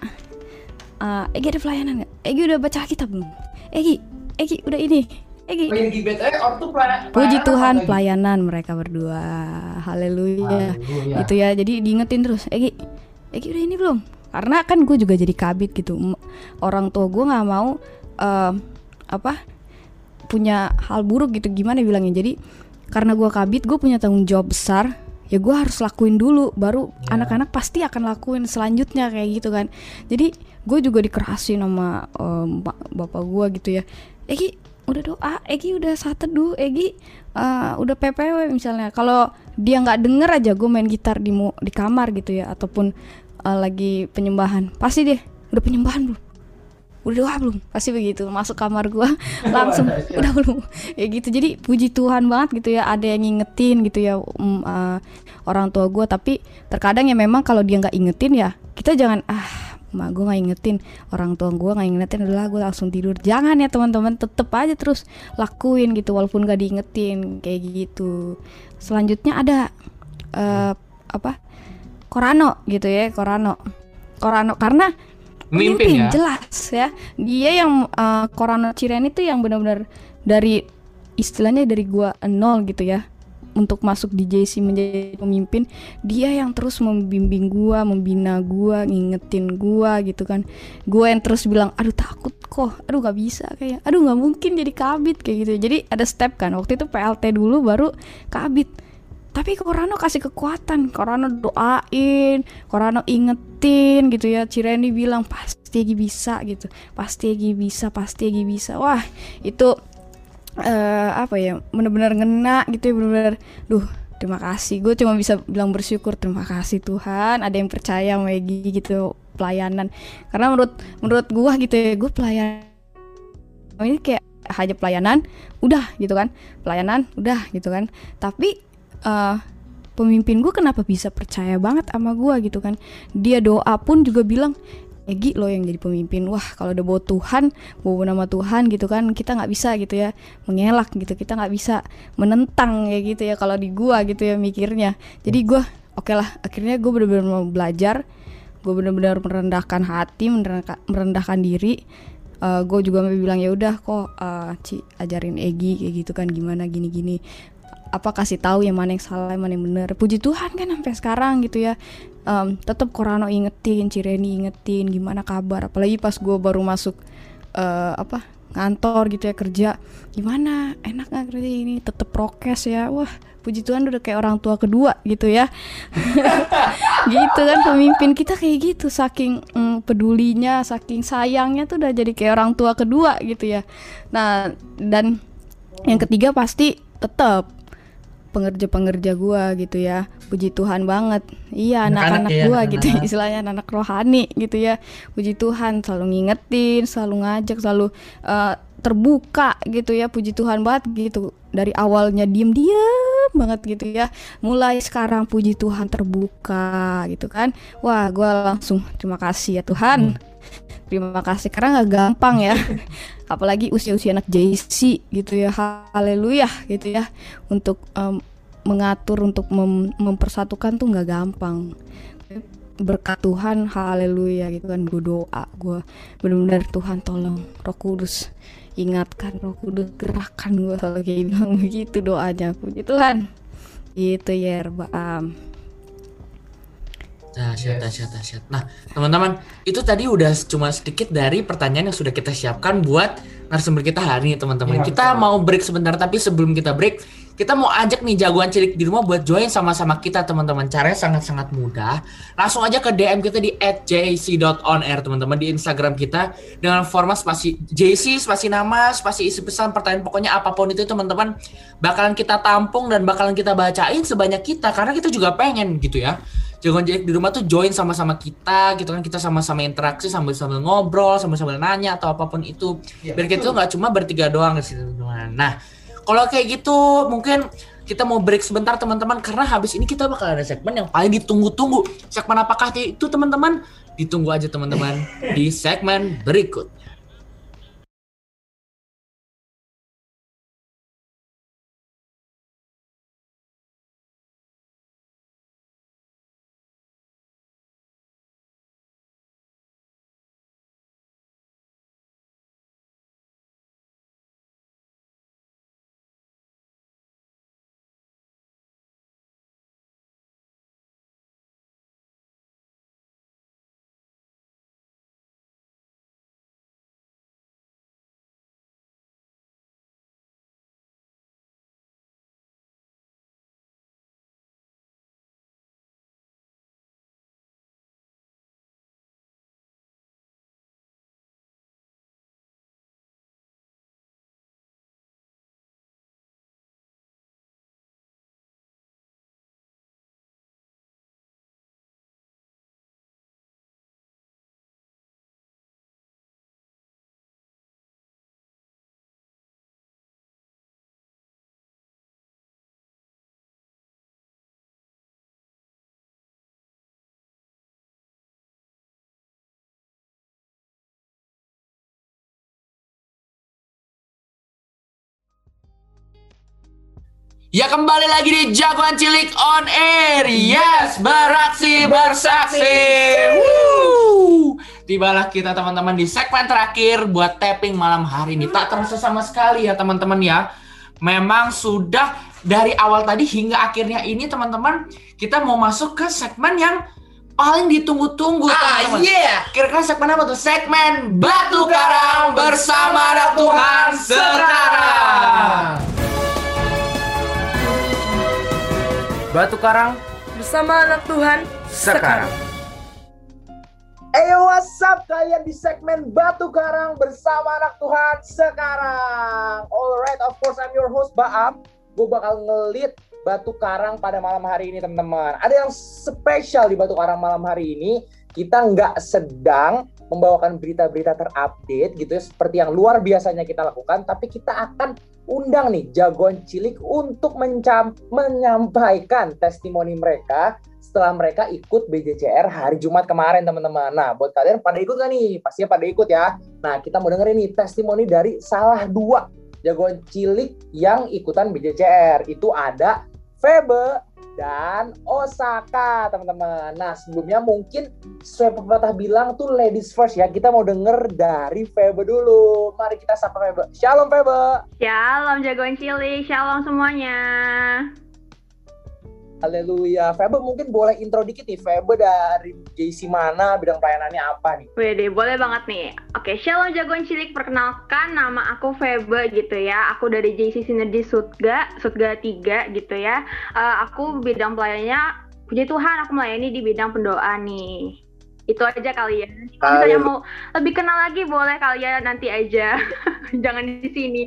Uh, Egi ada pelayanan nggak? Egi udah baca kitab belum? Egi, Egi udah ini. Egi. Oh, yang di B T W ortu pelayanan. Puji Tuhan pelayanan mereka berdua. Haleluya. Gitu ya. Jadi diingetin terus. Egi, Egi udah ini belum? Karena kan gue juga jadi kabit gitu. Orang tua gue nggak mau uh, apa punya hal buruk gitu. Gimana bilangnya? Jadi karena gue kabit, gue punya tanggung jawab besar. Ya gue harus lakuin dulu. Baru yeah. anak-anak pasti akan lakuin selanjutnya kayak gitu kan. Jadi gue juga dikerasin sama um, bapak gue gitu ya. Egi udah doa, Egi udah saat teduh, Egi uh, udah P P W misalnya. Kalau dia nggak denger aja gue main gitar di mu, di kamar gitu ya, ataupun uh, lagi penyembahan, pasti deh udah penyembahan belum, udah doa belum, pasti begitu. Masuk kamar gue langsung udah belum, ya gitu. Jadi puji Tuhan banget gitu ya, ada yang ngingetin gitu ya um, uh, orang tua gue. Tapi terkadang ya memang kalau dia nggak ingetin ya kita jangan ah mak gue nggak ingetin, orang tua gue nggak ingetin, adalah gue langsung tidur. Jangan ya teman-teman, tetep aja terus lakuin gitu walaupun nggak diingetin kayak gitu. Selanjutnya ada uh, apa Korano gitu ya, Korano Korano karena mimpin ya, jelas ya dia yang uh, Korano Ciren itu yang benar-benar dari istilahnya dari gue nol gitu ya untuk masuk di J C menjadi pemimpin. Dia yang terus membimbing gua, membina gua, ngingetin gua gitu kan. Gua yang terus bilang, aduh takut kok, aduh gak bisa kayak, aduh gak mungkin jadi kabit kayak gitu. Jadi ada step kan, waktu itu P L T dulu baru kabit. Tapi Korano kasih kekuatan, Korano doain, Korano ingetin gitu ya. Cireni bilang pasti Egi bisa gitu, pasti Egi bisa, pasti Egi bisa. Wah itu Uh, apa ya, benar-benar ngena gitu ya, benar-benar duh terima kasih. Gue cuma bisa bilang bersyukur, terima kasih Tuhan ada yang percaya sama Egi gitu pelayanan. Karena menurut menurut gue gitu ya, gue pelayanan ini kayak hanya pelayanan udah gitu kan, pelayanan udah gitu kan. Tapi uh, pemimpin gue kenapa bisa percaya banget sama gue gitu kan. Dia doa pun juga bilang Egi lo yang jadi pemimpin. Wah kalau udah bawa Tuhan, bawa nama Tuhan gitu kan, kita nggak bisa gitu ya mengelak gitu, kita nggak bisa menentang ya gitu ya kalau di gua gitu ya mikirnya. Jadi gua oke okay lah, akhirnya gue benar-benar mau belajar, gue benar-benar merendahkan hati, merendahkan, merendahkan diri. Uh, gue juga bilang ya udah kok uh, Ci ajarin Egi kayak gitu kan, gimana gini-gini, apa kasih tahu yang mana yang salah, yang mana yang benar. Puji Tuhan kan sampai sekarang gitu ya. um, tetap Korano ingetin, Cireni ingetin gimana kabar, apalagi pas gue baru masuk uh, apa kantor gitu ya, kerja gimana, enak nggak kerja ini, tetap prokes ya, wah puji Tuhan udah kayak orang tua kedua gitu ya. Gitu kan pemimpin kita kayak gitu, saking mm, pedulinya, saking sayangnya tuh udah jadi kayak orang tua kedua gitu ya. Nah dan yang ketiga pasti tetap pengerja-pengerja gua gitu ya, puji Tuhan banget. Iya anak-anak ya, gua anak-anak. Gitu istilahnya anak rohani gitu ya, puji Tuhan selalu ngingetin, selalu ngajak, selalu uh, terbuka gitu ya, puji Tuhan banget gitu. Dari awalnya diem-diem banget gitu ya, mulai sekarang puji Tuhan terbuka gitu kan. Wah gua langsung terima kasih ya Tuhan, hmm. terima kasih karena gak gampang ya. Apalagi usia-usia anak J C gitu ya, haleluya gitu ya, untuk um, mengatur, untuk mem- mempersatukan tuh gak gampang. Berkat Tuhan, haleluya gitu kan. Gue doa, gue benar-benar Tuhan tolong, Roh Kudus ingatkan, Roh Kudus gerakan, gue selalu kayak bilang begitu doanya, puji Tuhan. Itu ya Baam. Dahsyat, dahsyat, dahsyat. Nah, teman-teman, itu tadi udah cuma sedikit dari pertanyaan yang sudah kita siapkan buat narasumber kita hari ini, teman-teman. Ya, kita betul. Mau break sebentar, tapi sebelum kita break, kita mau ajak nih jagoan cilik di rumah buat join sama-sama kita, teman-teman. Caranya sangat-sangat mudah. Langsung aja ke D M kita di at j c dot on air, teman-teman, di Instagram kita dengan format spasi J C, spasi nama, spasi isi pesan, pertanyaan, pokoknya apapun itu, teman-teman, bakalan kita tampung dan bakalan kita bacain sebanyak kita, karena kita juga pengen gitu ya. Jagoan cilik di rumah tuh join sama-sama kita gitu kan, kita sama-sama interaksi, sambil-sambil ngobrol, sambil-sambil nanya atau apapun itu. Ya, biar kita tuh nggak cuma bertiga doang di situ, teman-teman. Nah, kalau kayak gitu mungkin kita mau break sebentar, teman-teman, karena habis ini kita bakal ada segmen yang paling ditunggu-tunggu. Segmen apakah itu, teman-teman? Ditunggu aja, teman-teman, di segmen berikut. Ya, kembali lagi di Jagoan Cilik on Air. Yes, beraksi bersaksi. Woo! Tibalah kita, teman-teman, di segmen terakhir buat tapping malam hari ini. Tak terasa sama sekali ya, teman-teman ya. Memang sudah dari awal tadi hingga akhirnya ini, teman-teman, kita mau masuk ke segmen yang paling ditunggu-tunggu, ah, teman-teman. Yeah. Kira-kira segmen apa tuh? Segmen Batu Karang bersama Anak Tuhan sekarang. Batu Karang bersama Anak Tuhan sekarang. Eyo, what's up? Kalian di segmen Batu Karang bersama Anak Tuhan sekarang. Alright, of course I'm your host Baam. Gue bakal ngelit Batu Karang pada malam hari ini, teman-teman. Ada yang spesial di Batu Karang malam hari ini. Kita nggak sedang membawakan berita-berita terupdate gitu ya, seperti yang luar biasanya kita lakukan, tapi kita akan undang nih jagoan cilik untuk mencam- menyampaikan testimoni mereka setelah mereka ikut B J C R hari Jumat kemarin, teman-teman. Nah, buat kalian pada ikut gak nih? Pastinya pada ikut ya. Nah, kita mau dengerin nih testimoni dari salah dua jagoan cilik yang ikutan B J C R. Itu ada Febe dan Osaka, teman-teman. Nah, sebelumnya mungkin sesuai pepatah bilang tuh ladies first ya. Kita mau denger dari Febe dulu. Mari kita sapa Febe. Shalom Febe. Shalom jagoan cilik, shalom semuanya. Haleluya. Febe mungkin boleh intro dikit nih. Febe dari J C mana, bidang pelayanannya apa nih? Wede, boleh banget nih. Oke, Shalom Jagoan Cilik, perkenalkan nama aku Febe gitu ya. Aku dari J C Sinergi Sutga, Sutga tiga gitu ya. Uh, aku bidang pelayanannya, puji Tuhan aku melayani di bidang pendoa nih. Itu aja kalian. Kalau misalnya mau lebih kenal lagi boleh kalian nanti aja. Jangan di sini.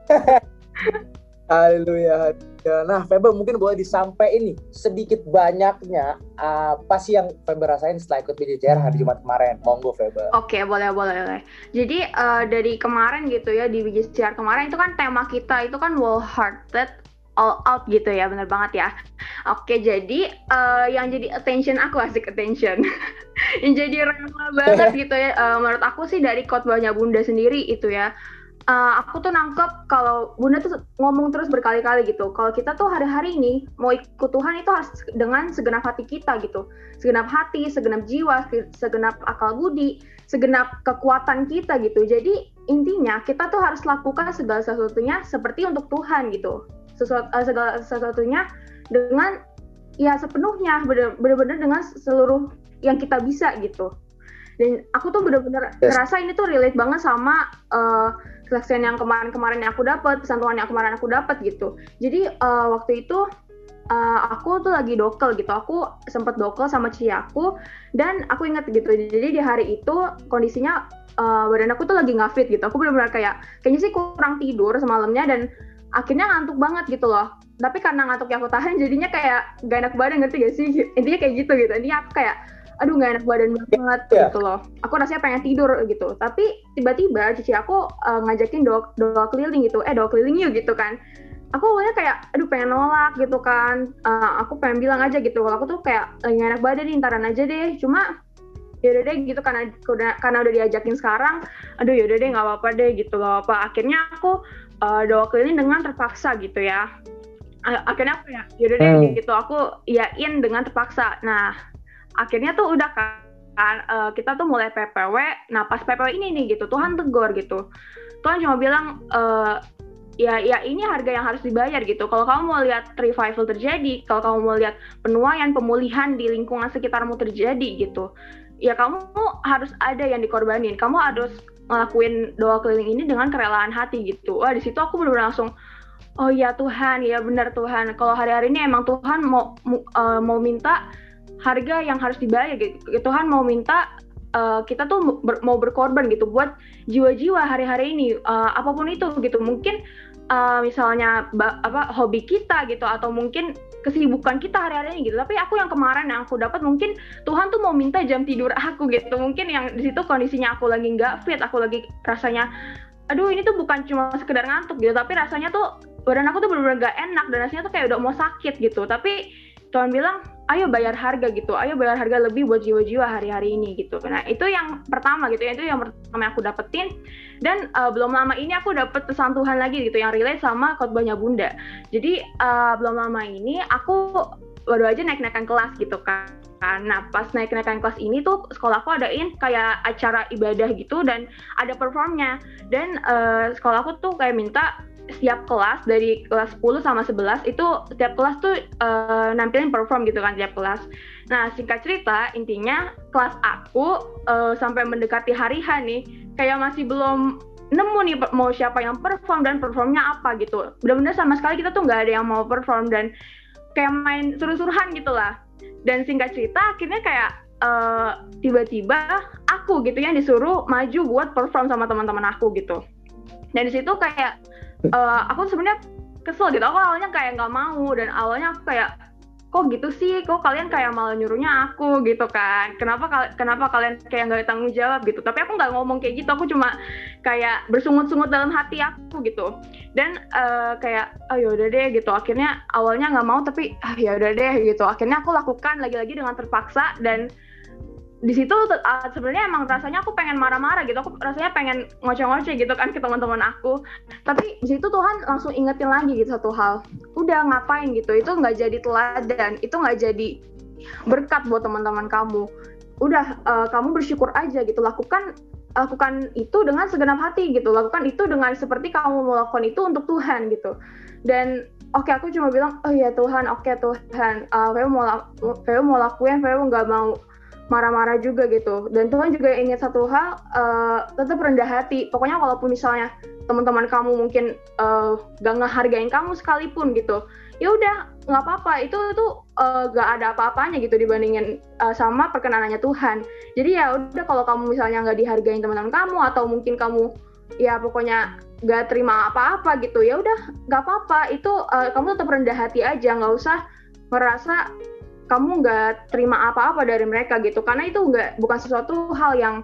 Haleluya. Nah, Febe mungkin boleh disampaikan nih sedikit banyaknya apa sih yang Febe rasain setelah ikut B J C R hari Jumat kemarin. Monggo Febe. Oke, boleh boleh boleh. Jadi uh, dari kemarin gitu ya di B J C R kemarin itu kan tema kita itu kan wholehearted all out gitu ya, bener banget ya. Oke, jadi uh, yang jadi attention aku asik attention. Yang jadi rema banget gitu ya. Uh, menurut aku sih dari khotbahnya Bunda sendiri itu ya. Uh, aku tuh nangkep kalau Bunda tuh ngomong terus berkali-kali gitu. Kalau kita tuh hari-hari ini mau ikut Tuhan itu harus dengan segenap hati kita gitu. Segenap hati, segenap jiwa, segenap akal budi, segenap kekuatan kita gitu. Jadi intinya kita tuh harus lakukan segala sesuatunya seperti untuk Tuhan gitu. Sesuatu, uh, segala sesuatunya dengan ya sepenuhnya, benar-benar dengan seluruh yang kita bisa gitu. Dan aku tuh benar-benar yes. ngerasa ini tuh relate banget sama uh, kesaksian yang kemarin-kemarin yang aku dapat, pesan Tuhan yang kemarin aku dapat gitu. Jadi uh, waktu itu uh, aku tuh lagi dokel gitu. Aku sempat dokel sama cici aku dan aku ingat gitu. Jadi di hari itu kondisinya uh, badan aku tuh lagi nggak fit gitu. Aku benar-benar kayak kayaknya sih kurang tidur semalamnya dan akhirnya ngantuk banget gitu loh. Tapi karena ngantuknya aku tahan jadinya kayak gak enak badan, ngerti gak sih? Intinya kayak gitu gitu. Intinya aku kayak aduh gak enak badan banget yeah. gitu loh. Aku rasanya pengen tidur gitu. Tapi tiba-tiba cici aku uh, ngajakin doa, doa keliling gitu. Eh doa keliling yuk gitu kan. Aku awalnya kayak aduh pengen nolak gitu kan. Uh, aku pengen bilang aja gitu. Kalau aku tuh kayak lagi gak enak badan nih, ntaran aja deh. Cuma yaudah deh gitu karena udah, karena udah diajakin sekarang. Aduh yaudah deh gak apa-apa deh gitu. Gak apa-apa. Akhirnya aku uh, doa keliling dengan terpaksa gitu ya. Uh, akhirnya aku ya yaudah deh hmm. gitu. Aku yain dengan terpaksa. Nah akhirnya tuh udah kan uh, kita tuh mulai P P W. Nah pas P P W ini nih gitu Tuhan tegur gitu. Tuhan cuma bilang uh, ya ya ini harga yang harus dibayar gitu. Kalau kamu mau lihat revival terjadi, kalau kamu mau lihat penuaian, pemulihan di lingkungan sekitarmu terjadi gitu, ya kamu harus ada yang dikorbanin. Kamu harus ngelakuin doa keliling ini dengan kerelaan hati gitu. Wah di situ aku benar-benar langsung oh ya Tuhan, ya benar Tuhan. Kalau hari-hari ini emang Tuhan mau uh, mau minta harga yang harus dibayar gitu. Tuhan mau minta uh, kita tuh ber, mau berkorban gitu buat jiwa-jiwa hari-hari ini uh, apapun itu gitu. Mungkin uh, misalnya ba, apa hobi kita gitu atau mungkin kesibukan kita hari-hari ini gitu. Tapi aku yang kemarin yang aku dapat mungkin Tuhan tuh mau minta jam tidur aku gitu. Mungkin yang di situ kondisinya aku lagi nggak fit, aku lagi rasanya aduh ini tuh bukan cuma sekedar ngantuk gitu, tapi rasanya tuh badan aku tuh benar-benar nggak enak dan rasanya tuh kayak udah mau sakit gitu. Tapi Tuhan bilang, ayo bayar harga gitu, ayo bayar harga lebih buat jiwa-jiwa hari-hari ini gitu. Nah itu yang pertama gitu, itu yang pertama yang aku dapetin. Dan uh, belum lama ini aku dapet pesan Tuhan lagi gitu, yang relate sama khotbahnya Bunda. Jadi uh, belum lama ini aku baru aja naik-naikan kelas gitu kan. Nah pas naik-naikan kelas ini tuh sekolahku adain kayak acara ibadah gitu dan ada performnya. Dan uh, sekolahku tuh kayak minta setiap kelas dari kelas sepuluh sama sebelas itu setiap kelas tuh uh, nampilin perform gitu kan tiap kelas. Nah singkat cerita intinya kelas aku uh, sampai mendekati hari H nih kayak masih belum nemu nih mau siapa yang perform dan performnya apa gitu. Benar-benar sama sekali kita tuh nggak ada yang mau perform dan kayak main suruh-suruhan gitu lah. Dan singkat cerita akhirnya kayak uh, tiba-tiba aku gitu yang disuruh maju buat perform sama teman-teman aku gitu. Dan di situ kayak Uh, aku sebenarnya kesel gitu. Aku awalnya kayak nggak mau dan awalnya aku kayak kok gitu sih, kok kalian kayak malah nyuruhnya aku gitu kan. Kenapa kenapa kalian kayak nggak tanggung jawab gitu. Tapi aku nggak ngomong kayak gitu. Aku cuma kayak bersungut-sungut dalam hati aku gitu. Dan uh, kayak oh yaudah deh gitu. Akhirnya awalnya nggak mau tapi ah yaudah deh gitu. Akhirnya aku lakukan lagi-lagi dengan terpaksa dan di situ uh, sebenarnya emang rasanya aku pengen marah-marah gitu, aku rasanya pengen ngoceh-ngoceh gitu kan ke teman-teman aku. Tapi di situ Tuhan langsung ingetin lagi gitu satu hal, udah ngapain gitu, itu nggak jadi teladan, itu nggak jadi berkat buat teman-teman kamu. Udah uh, kamu bersyukur aja gitu, lakukan lakukan itu dengan segenap hati gitu, lakukan itu dengan seperti kamu melakukan itu untuk Tuhan gitu. Dan oke okay, aku cuma bilang oh ya Tuhan, oke okay, Tuhan, uh, Veo mau Veo mau lakuin, Veo nggak mau marah-marah juga gitu. Dan Tuhan juga ingat satu hal, uh, tetap rendah hati. Pokoknya walaupun misalnya teman-teman kamu mungkin uh, gak ngehargain kamu sekalipun gitu, ya udah nggak apa-apa, itu tuh uh, gak ada apa-apanya gitu dibandingin uh, sama perkenanannya Tuhan. Jadi ya udah kalau kamu misalnya nggak dihargain teman-teman kamu atau mungkin kamu ya pokoknya gak terima apa-apa gitu, ya udah nggak apa-apa, itu uh, kamu tetap rendah hati aja, nggak usah merasa kamu nggak terima apa-apa dari mereka gitu, karena itu nggak bukan sesuatu hal yang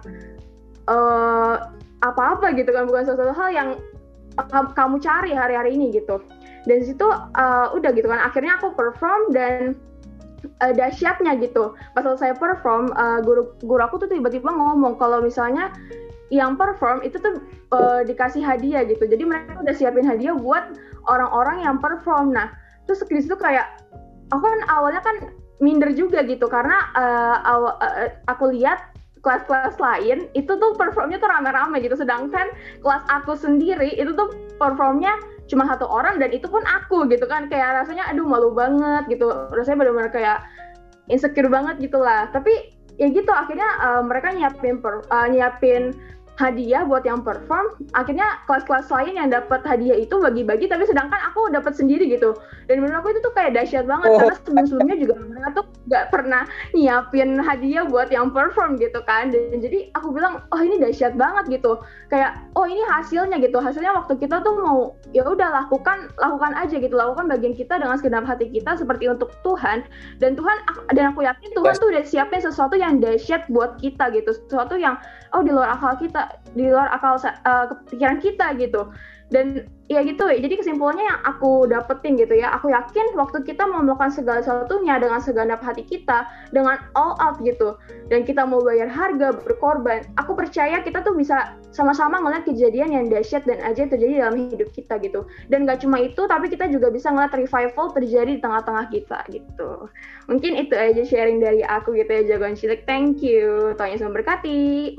uh, apa-apa gitu kan, bukan sesuatu hal yang uh, kamu cari hari-hari ini gitu. Dan situ uh, udah gitu kan, akhirnya aku perform dan uh, dahsyatnya gitu pas selesai perform, uh, guru guru aku tuh tiba-tiba ngomong kalau misalnya yang perform itu tuh uh, dikasih hadiah gitu, jadi mereka udah siapin hadiah buat orang-orang yang perform. Nah terus di situ kayak aku kan awalnya kan minder juga gitu, karena uh, aw- uh, aku lihat kelas-kelas lain itu tuh performnya tuh rame-rame gitu, sedangkan kelas aku sendiri itu tuh performnya cuma satu orang dan itu pun aku gitu kan, kayak rasanya aduh malu banget gitu, rasanya benar-benar kayak insecure banget gitulah. Tapi ya gitu akhirnya uh, mereka nyiapin per, uh, nyiapin hadiah buat yang perform, akhirnya kelas-kelas lain yang dapat hadiah itu bagi-bagi, tapi sedangkan aku dapat sendiri gitu. Dan menurut aku itu tuh kayak dahsyat banget, oh. Karena sebelum-sebelumnya juga mereka tuh nggak pernah nyiapin hadiah buat yang perform gitu kan. Dan jadi aku bilang oh ini dahsyat banget gitu, kayak oh ini hasilnya gitu, hasilnya waktu kita tuh mau ya udah lakukan lakukan aja gitu, lakukan bagian kita dengan segenap hati kita seperti untuk Tuhan. Dan Tuhan dan aku yakin Tuhan tuh udah siapin sesuatu yang dahsyat buat kita gitu, sesuatu yang oh di luar akal kita, di luar akal uh, pikiran kita gitu. Dan ya gitu, jadi kesimpulannya yang aku dapetin gitu ya, aku yakin waktu kita mau melakukan segala sesuatunya dengan segenap hati kita, dengan all out gitu, dan kita mau bayar harga, berkorban, aku percaya kita tuh bisa sama-sama ngeliat kejadian yang dahsyat dan ajaib terjadi dalam hidup kita gitu. Dan gak cuma itu, tapi kita juga bisa ngeliat revival terjadi di tengah-tengah kita gitu. Mungkin itu aja sharing dari aku gitu ya, jagoan cilik. Thank you, Tuhan Yesus memberkati.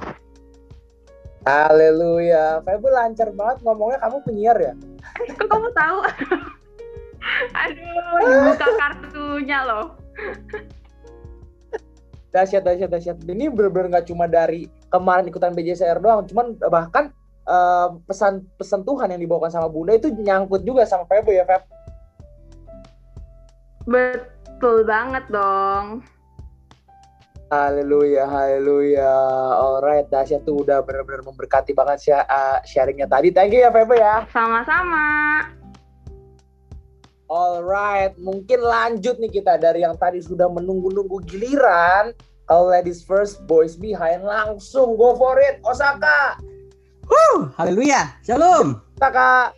Haleluya, Feby lancar banget ngomongnya, kamu penyiar ya? Kok kamu tahu? Aduh, dibuka kartunya loh. Dahsyat, dahsyat, dahsyat. Ini bener-bener gak cuma dari kemarin ikutan B J C R doang, cuman bahkan uh, pesan-pesan Tuhan yang dibawakan sama Bunda itu nyangkut juga sama Feby ya, Feb? Betul banget dong. Haleluya, haleluya. Alright, dahsyat tuh udah benar-benar memberkati banget uh, sharingnya tadi. Thank you ya Feby ya. Sama-sama. Alright, mungkin lanjut nih kita dari yang tadi sudah menunggu-nunggu giliran. Kalau ladies first, boys behind, langsung go for it. Osaka. Woo, haleluya. Shalom. Osaka.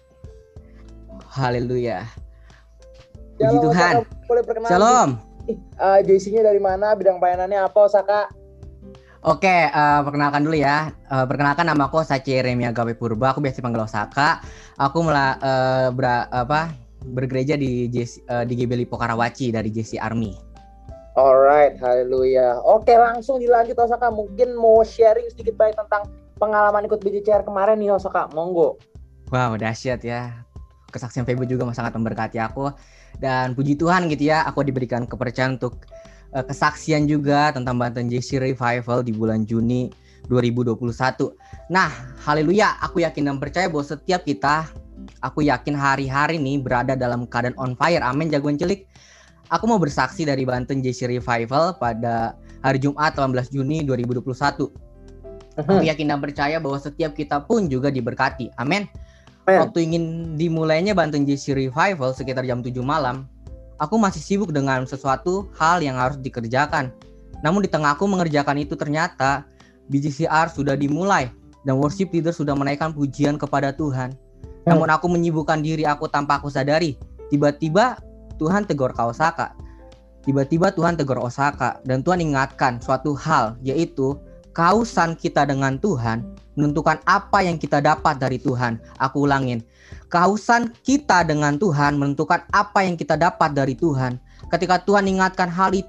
Haleluya. Puji Tuhan. Boleh perkenalan. Shalom. Uh, J C-nya dari mana? Bidang pelayanannya apa, Osaka? Oke, uh, perkenalkan dulu ya. Uh, perkenalkan nama aku Sachi Yeremia Gawe Purba. Aku biasa dipanggil Osaka. Aku mela, uh, ber, apa, bergereja di J C, uh, di G B Lipo Karawaci dari J C Army. Alright, haleluya. Oke, langsung dilanjut Osaka. Mungkin mau sharing sedikit baik tentang pengalaman ikut B J C R kemarin nih Osaka. Monggo. Wow, dahsyat ya. Kesaksian Feby juga sangat memberkati aku. Dan puji Tuhan gitu ya, aku diberikan kepercayaan untuk uh, kesaksian juga tentang Banten J C Revival di bulan Juni dua ribu dua puluh satu. Nah, haleluya, aku yakin dan percaya bahwa setiap kita, aku yakin hari-hari ini berada dalam keadaan on fire. Amin, jagoan cilik. Aku mau bersaksi dari Banten J C Revival pada hari Jumat delapan belas Juni dua ribu dua puluh satu. Aku yakin dan percaya bahwa setiap kita pun juga diberkati. Amin. Waktu ingin dimulainya Banten J C Revival sekitar jam tujuh malam, aku masih sibuk dengan sesuatu hal yang harus dikerjakan. Namun di tengah aku mengerjakan itu ternyata B J C R sudah dimulai dan worship leader sudah menaikkan pujian kepada Tuhan. Namun aku menyibukkan diri aku tanpa aku sadari. Tiba-tiba Tuhan tegur ke Osaka. Tiba-tiba Tuhan tegur Osaka dan Tuhan ingatkan suatu hal, yaitu kehausan kita dengan Tuhan menentukan apa yang kita dapat dari Tuhan. Aku ulangin. Kehausan kita dengan Tuhan menentukan apa yang kita dapat dari Tuhan. Ketika Tuhan ingatkan hal itu,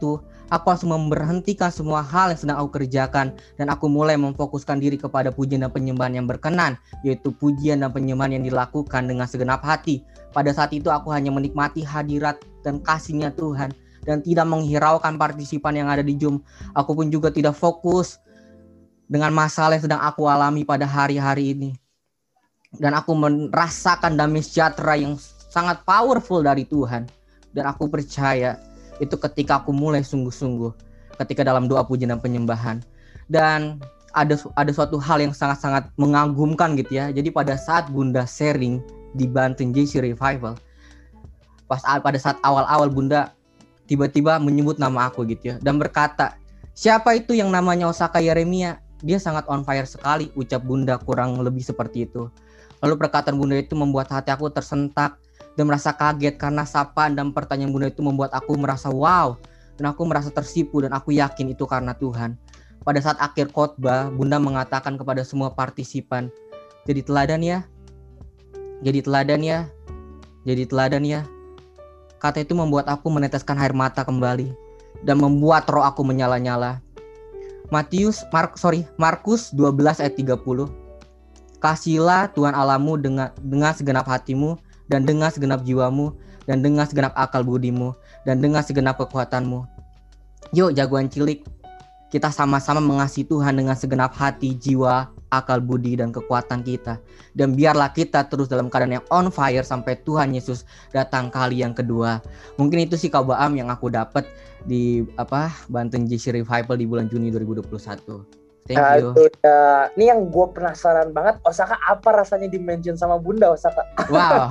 Aku harus memberhentikan semua hal yang sedang aku kerjakan, dan aku mulai memfokuskan diri kepada pujian dan penyembahan yang berkenan, yaitu pujian dan penyembahan yang dilakukan dengan segenap hati. Pada saat itu aku hanya menikmati hadirat dan kasih-Nya Tuhan, dan tidak menghiraukan partisipan yang ada di Zoom. Aku pun juga tidak fokus dengan masalah yang sedang aku alami pada hari-hari ini. Dan aku merasakan damai sejahtera yang sangat powerful dari Tuhan. Dan aku percaya itu ketika aku mulai sungguh-sungguh ketika dalam doa pujian dan penyembahan. Dan ada ada suatu hal yang sangat-sangat mengagumkan gitu ya. Jadi pada saat Bunda sharing di Banten J C Revival, pas pada saat awal-awal Bunda tiba-tiba menyebut nama aku gitu ya, dan berkata, siapa itu yang namanya Osaka Yeremia? Dia sangat on fire sekali, ucap Bunda kurang lebih seperti itu. Lalu perkataan Bunda itu membuat hati aku tersentak dan merasa kaget, karena sapaan dan pertanyaan Bunda itu membuat aku merasa wow, dan aku merasa tersipu, dan aku yakin itu karena Tuhan. Pada saat akhir khotbah, Bunda mengatakan kepada semua partisipan, jadi teladan ya, jadi teladan ya, jadi teladan ya. Kata itu membuat aku meneteskan air mata kembali dan membuat roh aku menyala-nyala. Matius, Mark, sorry, Markus dua belas ayat tiga puluh. Kasihilah Tuhan Allahmu dengan dengan segenap hatimu, dan dengan segenap jiwamu, dan dengan segenap akal budimu, dan dengan segenap kekuatanmu. Yuk jagoan cilik, kita sama-sama mengasihi Tuhan dengan segenap hati, jiwa, akal budi, dan kekuatan kita. Dan biarlah kita terus dalam keadaan yang on fire sampai Tuhan Yesus datang kali yang kedua. Mungkin itu sih Kak Baam yang aku dapat di apa Banten J C Revival di bulan Juni dua ribu dua puluh satu. Thank you. Aduh, ya. Ini yang gue penasaran banget, Osaka apa rasanya di-mention sama Bunda Osaka? Wow.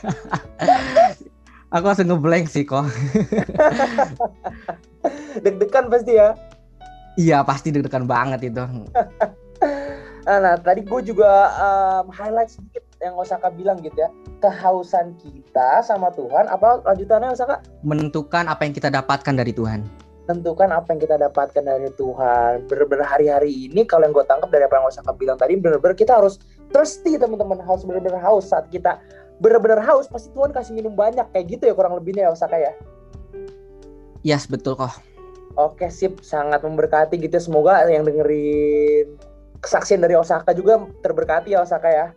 Aku langsung ngeblank sih kok. Deg-degan pasti ya? Iya, pasti deg-degan banget itu. Nah, tadi gue juga um, highlight sedikit yang Osaka bilang gitu ya. Kehausan kita sama Tuhan, apa lanjutannya Osaka? Menentukan apa yang kita dapatkan dari Tuhan. Tentukan apa yang kita dapatkan dari Tuhan. Bener-bener hari-hari ini kalau yang gue tangkap dari apa yang Osaka bilang tadi, bener-bener kita harus thirsty teman-teman, harus bener-bener haus. Saat kita bener-bener haus, pasti Tuhan kasih minum banyak, kayak gitu ya kurang lebihnya ya Osaka ya. Yes, betul kok. Oke sip, sangat memberkati gitu. Semoga yang dengerin kesaksian dari Osaka juga terberkati ya Osaka ya.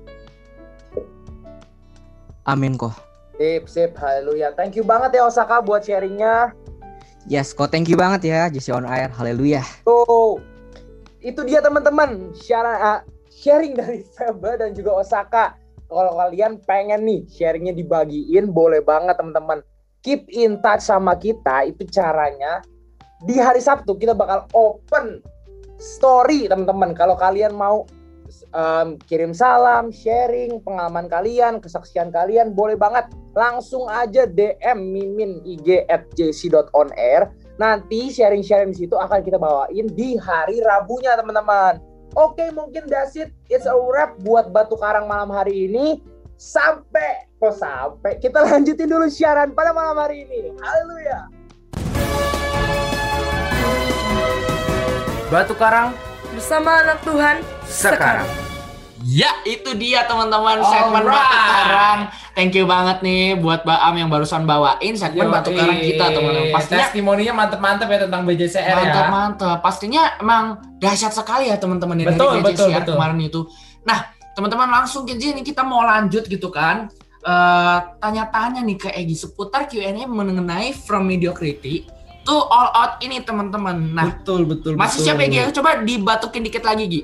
Amin kok. Sip sip, haleluya. Thank you banget ya Osaka buat sharingnya. Yes, kok thank you banget ya J C On Air, haleluya. Oh, itu dia teman-teman, sharing dari Febe dan juga Osaka. Kalau kalian pengen nih sharingnya dibagiin, boleh banget teman-teman. Keep in touch sama kita, itu caranya. Di hari Sabtu kita bakal open story teman-teman. Kalau kalian mau um, kirim salam, sharing pengalaman kalian, kesaksian kalian, boleh banget. Langsung aja D M Mimin I G at j c dot on air. Nanti sharing-sharing di situ akan kita bawain di hari Rabunya teman-teman. Oke, mungkin that's it. It's a wrap buat Batu Karang malam hari ini. Sampai, kok sampai? Kita lanjutin dulu siaran pada malam hari ini. Haleluya. Batu Karang bersama anak Tuhan sekarang. Ya, itu dia teman-teman segmen Batu Karang. Thank you banget nih buat Baam yang barusan bawain segmen Yo, Batu Karang kita teman-teman. Pastinya testimoninya mantep-mantep ya tentang B J C R ya. Mantap-mantap. Pastinya emang dahsyat sekali ya teman-teman ini betul, dari B J C R betul, kemarin itu. Nah, teman-teman langsung ke sini kita mau lanjut gitu kan. Uh, tanya-tanya nih ke Egy seputar Q and A mengenai From Mediocrity to All Out ini teman-teman. Nah, betul betul. Masih betul. siapa Egy? Coba dibatukin dikit lagi Gi.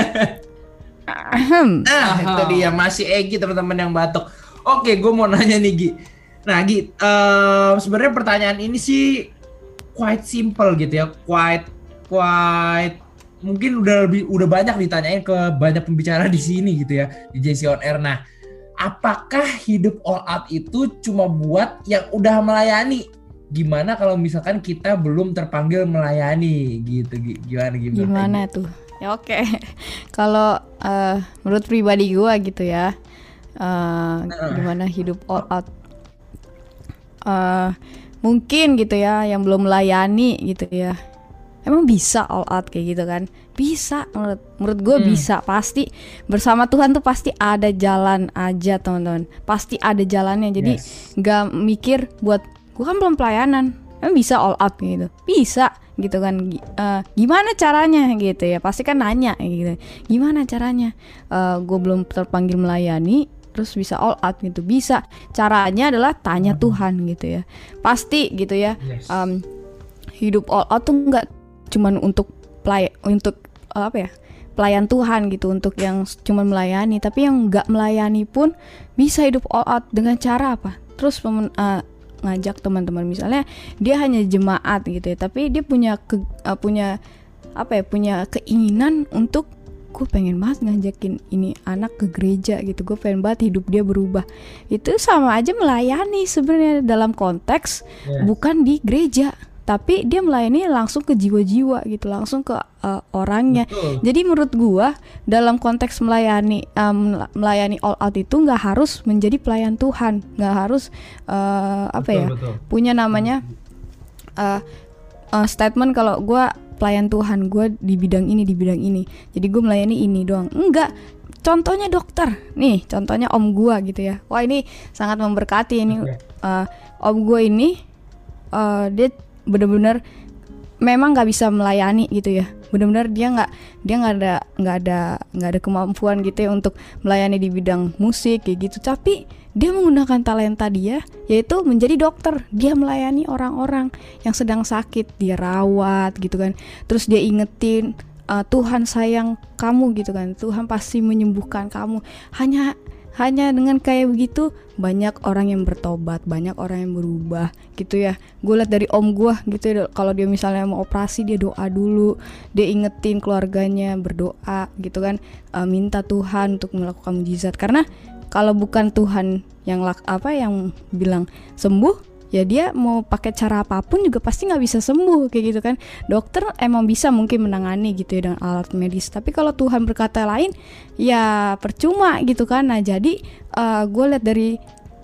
Ah, itu dia masih Egy teman-teman yang batuk. Oke, gue mau nanya nih Gi. Nah Gi, uh, sebenarnya pertanyaan ini sih quite simple gitu ya, quite quite mungkin udah lebih udah banyak ditanyain ke banyak pembicara di sini gitu ya di J C On Air. Nah, apakah hidup all out itu cuma buat yang udah melayani? Gimana kalau misalkan kita belum terpanggil melayani gitu? Gimana gimana? Gimana tuh? Ya oke. Okay. Kalau uh, menurut pribadi gue gitu ya, uh, gimana hidup all out? Uh, mungkin gitu ya, yang belum melayani gitu ya. Emang bisa all out kayak gitu kan? Bisa, menurut menurut gue hmm. bisa. Pasti bersama Tuhan tuh pasti ada jalan aja teman-teman. Pasti ada jalannya. Jadi nggak yes. mikir buat gue kan belum pelayanan. emang bisa all out gitu? Bisa gitu kan? Uh, gimana caranya gitu ya? Pasti kan nanya gitu. Gimana caranya? Uh, gue belum terpanggil melayani, terus bisa all out gitu? Bisa. Caranya adalah tanya Tuhan gitu ya. Pasti gitu ya. Yes. Um, hidup all out tuh nggak cuman untuk play, untuk uh, apa ya? pelayan Tuhan gitu, untuk yang cuma melayani, tapi yang nggak melayani pun bisa hidup all out dengan cara apa? Terus pemen, uh, ngajak teman-teman, misalnya dia hanya jemaat gitu ya, tapi dia punya ke, uh, punya apa ya? punya keinginan untuk gue pengen banget ngajakin ini anak ke gereja gitu, gue pengen banget hidup dia berubah. Itu sama aja melayani sebenarnya dalam konteks yeah. bukan di gereja, tapi dia melayani langsung ke jiwa-jiwa gitu, langsung ke uh, orangnya. Betul. Jadi menurut gua dalam konteks melayani um, melayani all out itu nggak harus menjadi pelayan Tuhan, nggak harus uh, apa betul, ya betul. punya namanya uh, uh, statement kalau gua pelayan Tuhan, gua di bidang ini di bidang ini. Jadi gua melayani ini doang. Enggak. Contohnya dokter, nih contohnya om gua gitu ya. Wah ini sangat memberkati ini. Okay. Uh, om gua ini uh, dia benar-benar memang nggak bisa melayani gitu ya, benar-benar dia nggak dia nggak ada nggak ada nggak ada kemampuan gitu ya untuk melayani di bidang musik kayak gitu, tapi dia menggunakan talenta dia yaitu menjadi dokter. Dia melayani orang-orang yang sedang sakit, dia rawat gitu kan, terus dia ingetin uh, Tuhan sayang kamu gitu kan, Tuhan pasti menyembuhkan kamu. Hanya Hanya dengan kayak begitu banyak orang yang bertobat, banyak orang yang berubah gitu ya. Gue liat dari om gue gitu ya, kalau dia misalnya mau operasi dia doa dulu, dia ingetin keluarganya berdoa gitu kan, e, minta Tuhan untuk melakukan mujizat. Karena kalau bukan Tuhan yang lak, apa yang bilang sembuh, ya dia mau pakai cara apapun juga pasti nggak bisa sembuh kayak gitu kan. Dokter emang bisa mungkin menangani gitu ya dengan alat medis, tapi kalau Tuhan berkata lain ya percuma gitu kan. Nah jadi uh, gue lihat dari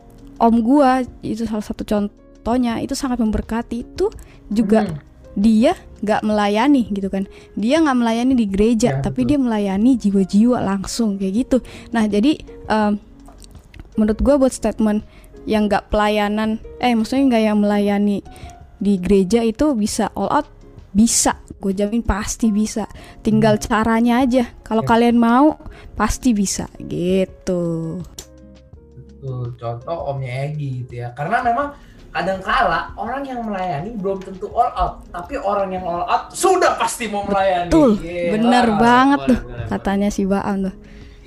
om gue itu salah satu contohnya, itu sangat memberkati. Itu juga hmm. dia nggak melayani gitu kan, dia nggak melayani di gereja ya, tapi betul. Dia melayani jiwa-jiwa langsung kayak gitu. Nah jadi um, menurut gue buat statement yang nggak pelayanan, eh maksudnya nggak yang melayani di gereja itu bisa all out, bisa, gue jamin pasti bisa. Tinggal caranya aja. Kalau ya. kalian mau, pasti bisa gitu. Tuh, contoh omnya Egi gitu ya. Karena memang kadangkala orang yang melayani belum tentu all out, tapi orang yang all out sudah pasti mau melayani. Betul, yeah. bener Wah, banget boleh, tuh boleh, katanya si Baam tuh.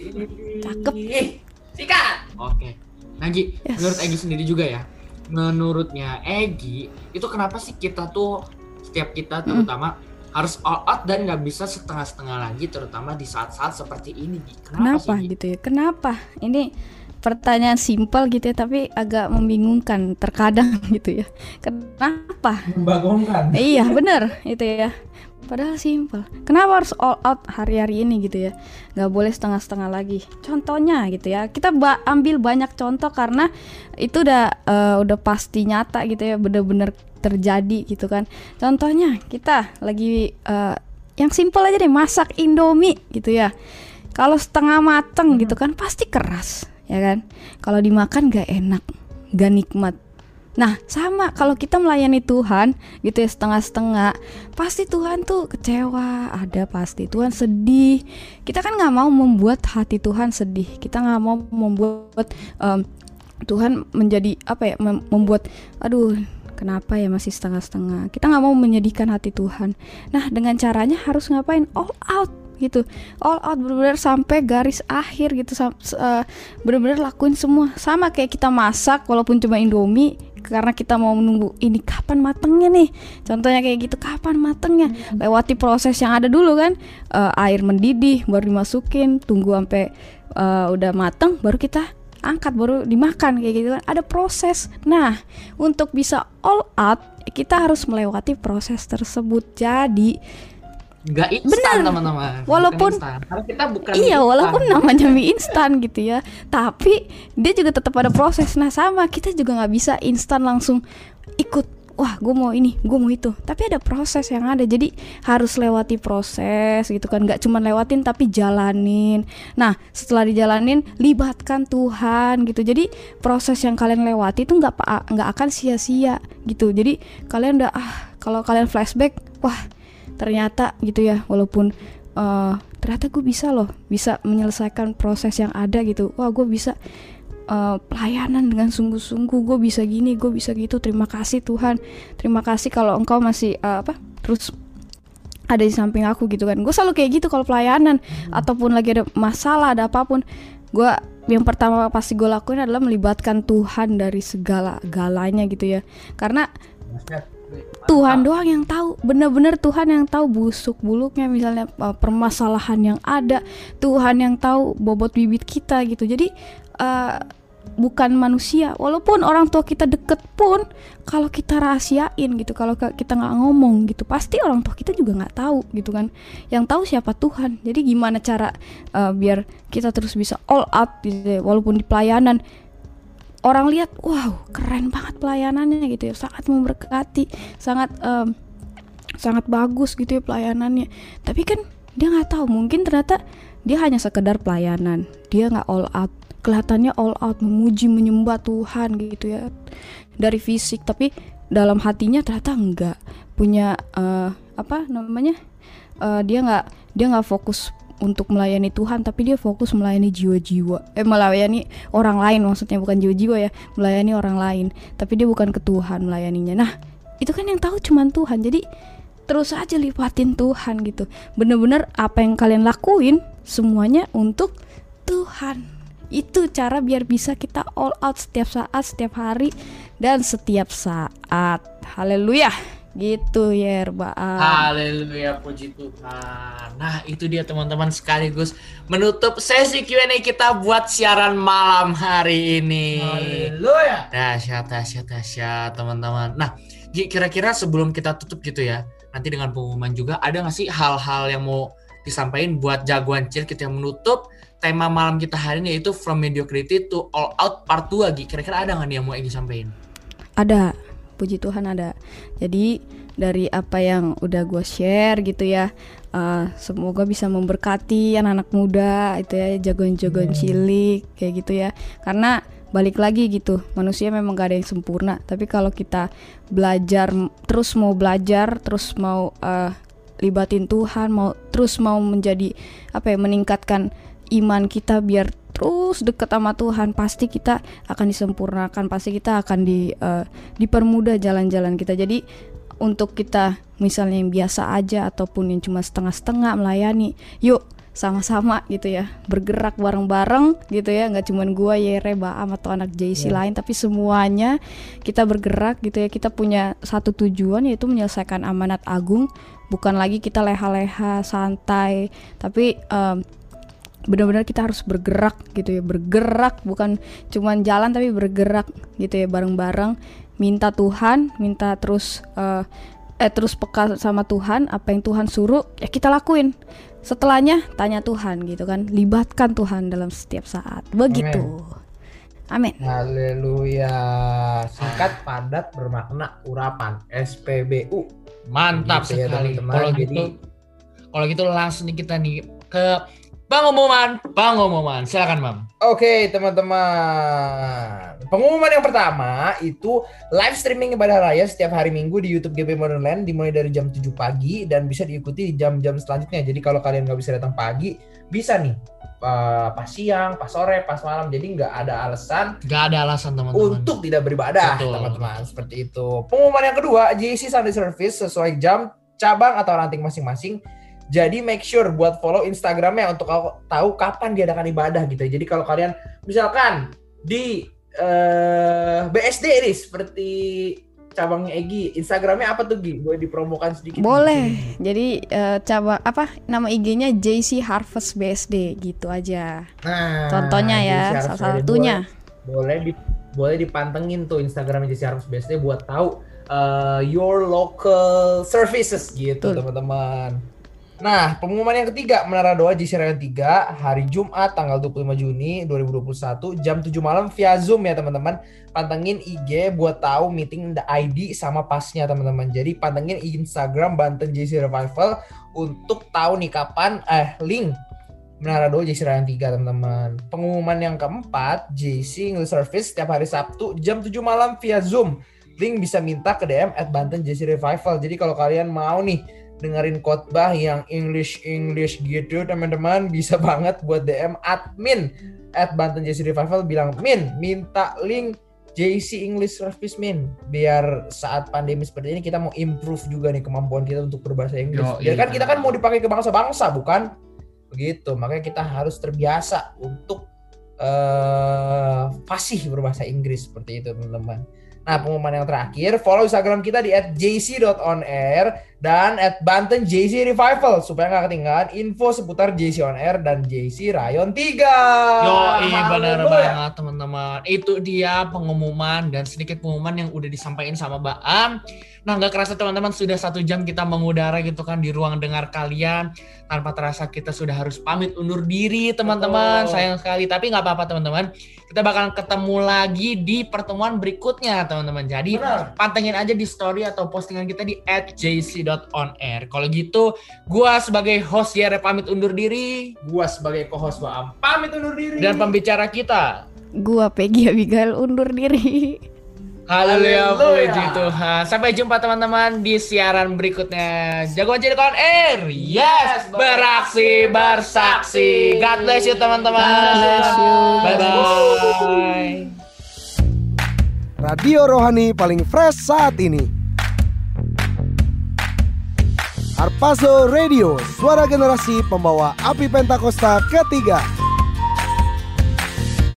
Cakep. Sikat. Oke. Egi, yes. menurut Egi sendiri juga ya, menurutnya Egi itu kenapa sih kita tuh setiap kita terutama mm. harus all out dan nggak bisa setengah-setengah lagi, terutama di saat-saat seperti ini? Kenapa, kenapa sih, gitu ya? Kenapa? Ini pertanyaan simpel gitu ya, tapi agak membingungkan terkadang gitu ya. Kenapa? Membagongkan. Iya benar itu ya. Padahal simpel. Kenapa harus all out hari-hari ini gitu ya? Gak boleh setengah-setengah lagi. Contohnya gitu ya. Kita ba- ambil banyak contoh karena itu udah uh, udah pasti nyata gitu ya. Bener-bener terjadi gitu kan. Contohnya kita lagi uh, yang simpel aja deh, masak Indomie gitu ya. Kalau setengah mateng hmm. gitu kan pasti keras ya kan. Kalau dimakan gak enak, gak nikmat. Nah sama kalau kita melayani Tuhan gitu ya setengah-setengah, pasti Tuhan tuh kecewa, ada pasti Tuhan sedih. Kita kan gak mau membuat hati Tuhan sedih, kita gak mau membuat um, Tuhan menjadi apa ya, mem- membuat aduh kenapa ya masih setengah-setengah. Kita gak mau menyedihkan hati Tuhan. Nah dengan caranya harus ngapain? All out gitu, all out benar-benar sampai garis akhir gitu, uh, benar-benar lakuin semua. Sama kayak kita masak walaupun cuma Indomie, karena kita mau menunggu ini kapan matengnya nih, contohnya kayak gitu, kapan matengnya, lewati proses yang ada dulu kan, uh, air mendidih baru dimasukin, tunggu sampai uh, udah mateng baru kita angkat, baru dimakan kayak gitu kan, ada proses. Nah untuk bisa all out kita harus melewati proses tersebut. Jadi nggak instan teman-teman, walaupun karena kita bukan iya instan. Walaupun namanya mie instan gitu ya, tapi dia juga tetap ada proses. Nah sama kita juga nggak bisa instan langsung ikut wah gue mau ini, gue mau itu, tapi ada proses yang ada, jadi harus lewati proses gitu kan, nggak cuma lewatin tapi jalanin. Nah setelah dijalanin libatkan Tuhan gitu, jadi proses yang kalian lewati itu nggak nggak akan sia-sia gitu. Jadi kalian udah ah kalau kalian flashback, wah ternyata gitu ya, walaupun uh, ternyata gue bisa loh, bisa menyelesaikan proses yang ada gitu, wah gue bisa Uh, pelayanan dengan sungguh-sungguh, gue bisa gini, gue bisa gitu, terima kasih Tuhan, terima kasih kalau engkau masih uh, apa terus ada di samping aku gitu kan. Gue selalu kayak gitu kalau pelayanan hmm. ataupun lagi ada masalah, ada apapun, gue yang pertama pasti gue lakuin adalah melibatkan Tuhan dari segala galanya gitu ya, karena Tuhan doang yang tahu, benar-benar Tuhan yang tahu busuk buluknya, misalnya uh, permasalahan yang ada, Tuhan yang tahu bobot bibit kita gitu. Jadi uh, bukan manusia, walaupun orang tua kita deket pun, kalau kita rahasiain gitu, kalau kita nggak ngomong gitu, pasti orang tua kita juga nggak tahu gitu kan. Yang tahu siapa Tuhan. Jadi gimana cara uh, biar kita terus bisa all out gitu ya, walaupun di pelayanan orang lihat, wow keren banget pelayanannya gitu ya, sangat memberkati, sangat um, sangat bagus gitu ya pelayanannya. Tapi kan dia nggak tahu, mungkin ternyata dia hanya sekedar pelayanan, dia nggak all out, kelihatannya all out memuji menyembah Tuhan gitu ya dari fisik, tapi dalam hatinya ternyata enggak punya uh, apa namanya uh, dia nggak dia nggak fokus untuk melayani Tuhan, tapi dia fokus melayani jiwa-jiwa, eh melayani orang lain, maksudnya bukan jiwa-jiwa ya, melayani orang lain, tapi dia bukan ke Tuhan melayaninya. Nah itu kan yang tahu cuman Tuhan. Jadi terus aja lipatin Tuhan gitu, bener-bener apa yang kalian lakuin semuanya untuk Tuhan. Itu cara biar bisa kita all out setiap saat, setiap hari, dan setiap saat. Haleluya. Gitu ya Baam. Haleluya, puji Tuhan. Nah itu dia teman-teman, sekaligus menutup sesi Q and A kita buat siaran malam hari ini. Haleluya. Dahsyat, dahsyat, dahsyat teman-teman. Nah kira-kira sebelum kita tutup gitu ya, nanti dengan pengumuman juga, ada gak sih hal-hal yang mau disampaikan buat jagoan chill kita yang menutup tema malam kita hari ini, yaitu From Mediocrity to All Out part dua. Kira-kira ada gak nih yang mau ingin disampaikan? Ada, puji Tuhan ada. Jadi dari apa yang udah gue share gitu ya, uh, semoga bisa memberkati anak-anak muda itu ya, jagoan-jagoan hmm. cilik kayak gitu ya. Karena balik lagi gitu, manusia memang gak ada yang sempurna, tapi kalau kita belajar, terus mau belajar, terus mau uh, libatin Tuhan, mau terus mau menjadi apa ya, meningkatkan iman kita biar terus deket sama Tuhan, pasti kita akan disempurnakan, pasti kita akan di uh, dipermudah jalan-jalan kita. Jadi untuk kita misalnya yang biasa aja ataupun yang cuma setengah-setengah melayani, yuk sama-sama gitu ya, bergerak bareng-bareng gitu ya, nggak cuma gua, Yere, Baam atau anak J C yeah. lain, tapi semuanya kita bergerak gitu ya. Kita punya satu tujuan, yaitu menyelesaikan amanat agung. Bukan lagi kita leha-leha santai, tapi um, benar-benar kita harus bergerak gitu ya, bergerak bukan cuma jalan tapi bergerak gitu ya, bareng-bareng minta Tuhan, minta terus uh, eh terus peka sama Tuhan, apa yang Tuhan suruh ya kita lakuin. Setelahnya tanya Tuhan gitu kan, libatkan Tuhan dalam setiap saat. Begitu. Amin. Haleluya. Singkat, padat, bermakna, urapan. S P B U. Mantap gitu sekali. Ya, kalau gitu, kalau gitu langsung nih kita nih ke pengumuman, pengumuman. Silakan, Mam. Oke, teman-teman. Pengumuman yang pertama itu live streaming ibadah raya setiap hari Minggu di YouTube G B Modern Land, dimulai dari jam tujuh pagi dan bisa diikuti di jam-jam selanjutnya. Jadi kalau kalian nggak bisa datang pagi, bisa nih uh, pas siang, pas sore, pas malam. Jadi nggak ada alasan. Nggak ada alasan teman-teman untuk tidak beribadah, betul, teman-teman. Seperti itu. Pengumuman yang kedua, J C Sunday Service sesuai jam, cabang atau ranting masing-masing. Jadi make sure buat follow Instagramnya untuk tahu kapan diadakan ibadah gitu. Jadi kalau kalian misalkan di uh, B S D nih seperti cabangnya Egi, Instagramnya apa tuh Gi? Boleh dipromokan sedikit? Boleh. Gitu. Jadi uh, cabang apa nama I G-nya J C Harvest B S D gitu aja. Nah, contohnya ya, salah satunya. Boleh, boleh di boleh dipantengin tuh Instagramnya J C Harvest B S D buat tahu uh, your local services gitu, teman-teman. Nah, pengumuman yang ketiga, Menara Doa J C Ryan tiga, hari Jumat tanggal dua puluh lima Juni dua ribu dua puluh satu, jam tujuh malam via Zoom ya teman-teman. Pantengin I G buat tahu meeting the I D sama pasnya teman-teman. Jadi pantengin Instagram Banten J C Revival untuk tahu nih kapan eh link Menara Doa J C Ryan tiga teman-teman. Pengumuman yang keempat, J C English Service setiap hari Sabtu jam tujuh malam via Zoom. Link bisa minta ke D M at Banten J C Revival. Jadi kalau kalian mau nih dengerin khotbah yang English English gitu teman-teman, bisa banget buat D M admin at Banten J C Revival, bilang Min minta link J C English Service Min, biar saat pandemi seperti ini kita mau improve juga nih kemampuan kita untuk berbahasa Inggris. Yo, Biar iya, kan kita kan mau dipakai ke bangsa-bangsa bukan begitu, makanya kita harus terbiasa untuk uh, fasih berbahasa Inggris seperti itu teman-teman. Nah, pengumuman yang terakhir, follow Instagram kita di at j c dot on air dan at Banten J C Revival supaya nggak ketinggalan info seputar J C On Air dan J C Ryan tiga. Yo, iya benar banget teman-teman. Itu dia pengumuman dan sedikit pengumuman yang udah disampaikan sama Mbak Am. Nah, nggak kerasa teman-teman sudah satu jam kita mengudara gitu kan di ruang dengar kalian. Tanpa terasa kita sudah harus pamit undur diri teman-teman. Betul. Sayang sekali, tapi nggak apa-apa teman-teman. Kita bakalan ketemu lagi di pertemuan berikutnya teman-teman. Jadi Benar. pantengin aja di story atau postingan kita di at j c dot on air. Kalau gitu, gua sebagai host Yere pamit undur diri. Gua sebagai co-host Baam pamit undur diri. Dan pembicara kita, Gua Peggy Abigail undur diri. haleluya, Haleluya. puji Tuhan. Sampai jumpa teman-teman di siaran berikutnya. Jagoan jadi on air. Yes, beraksi bersaksi. God bless you teman-teman. God bless you. Bye bye. Radio rohani paling fresh saat ini. Harpazo Radio, suara generasi pembawa api Pentakosta ketiga.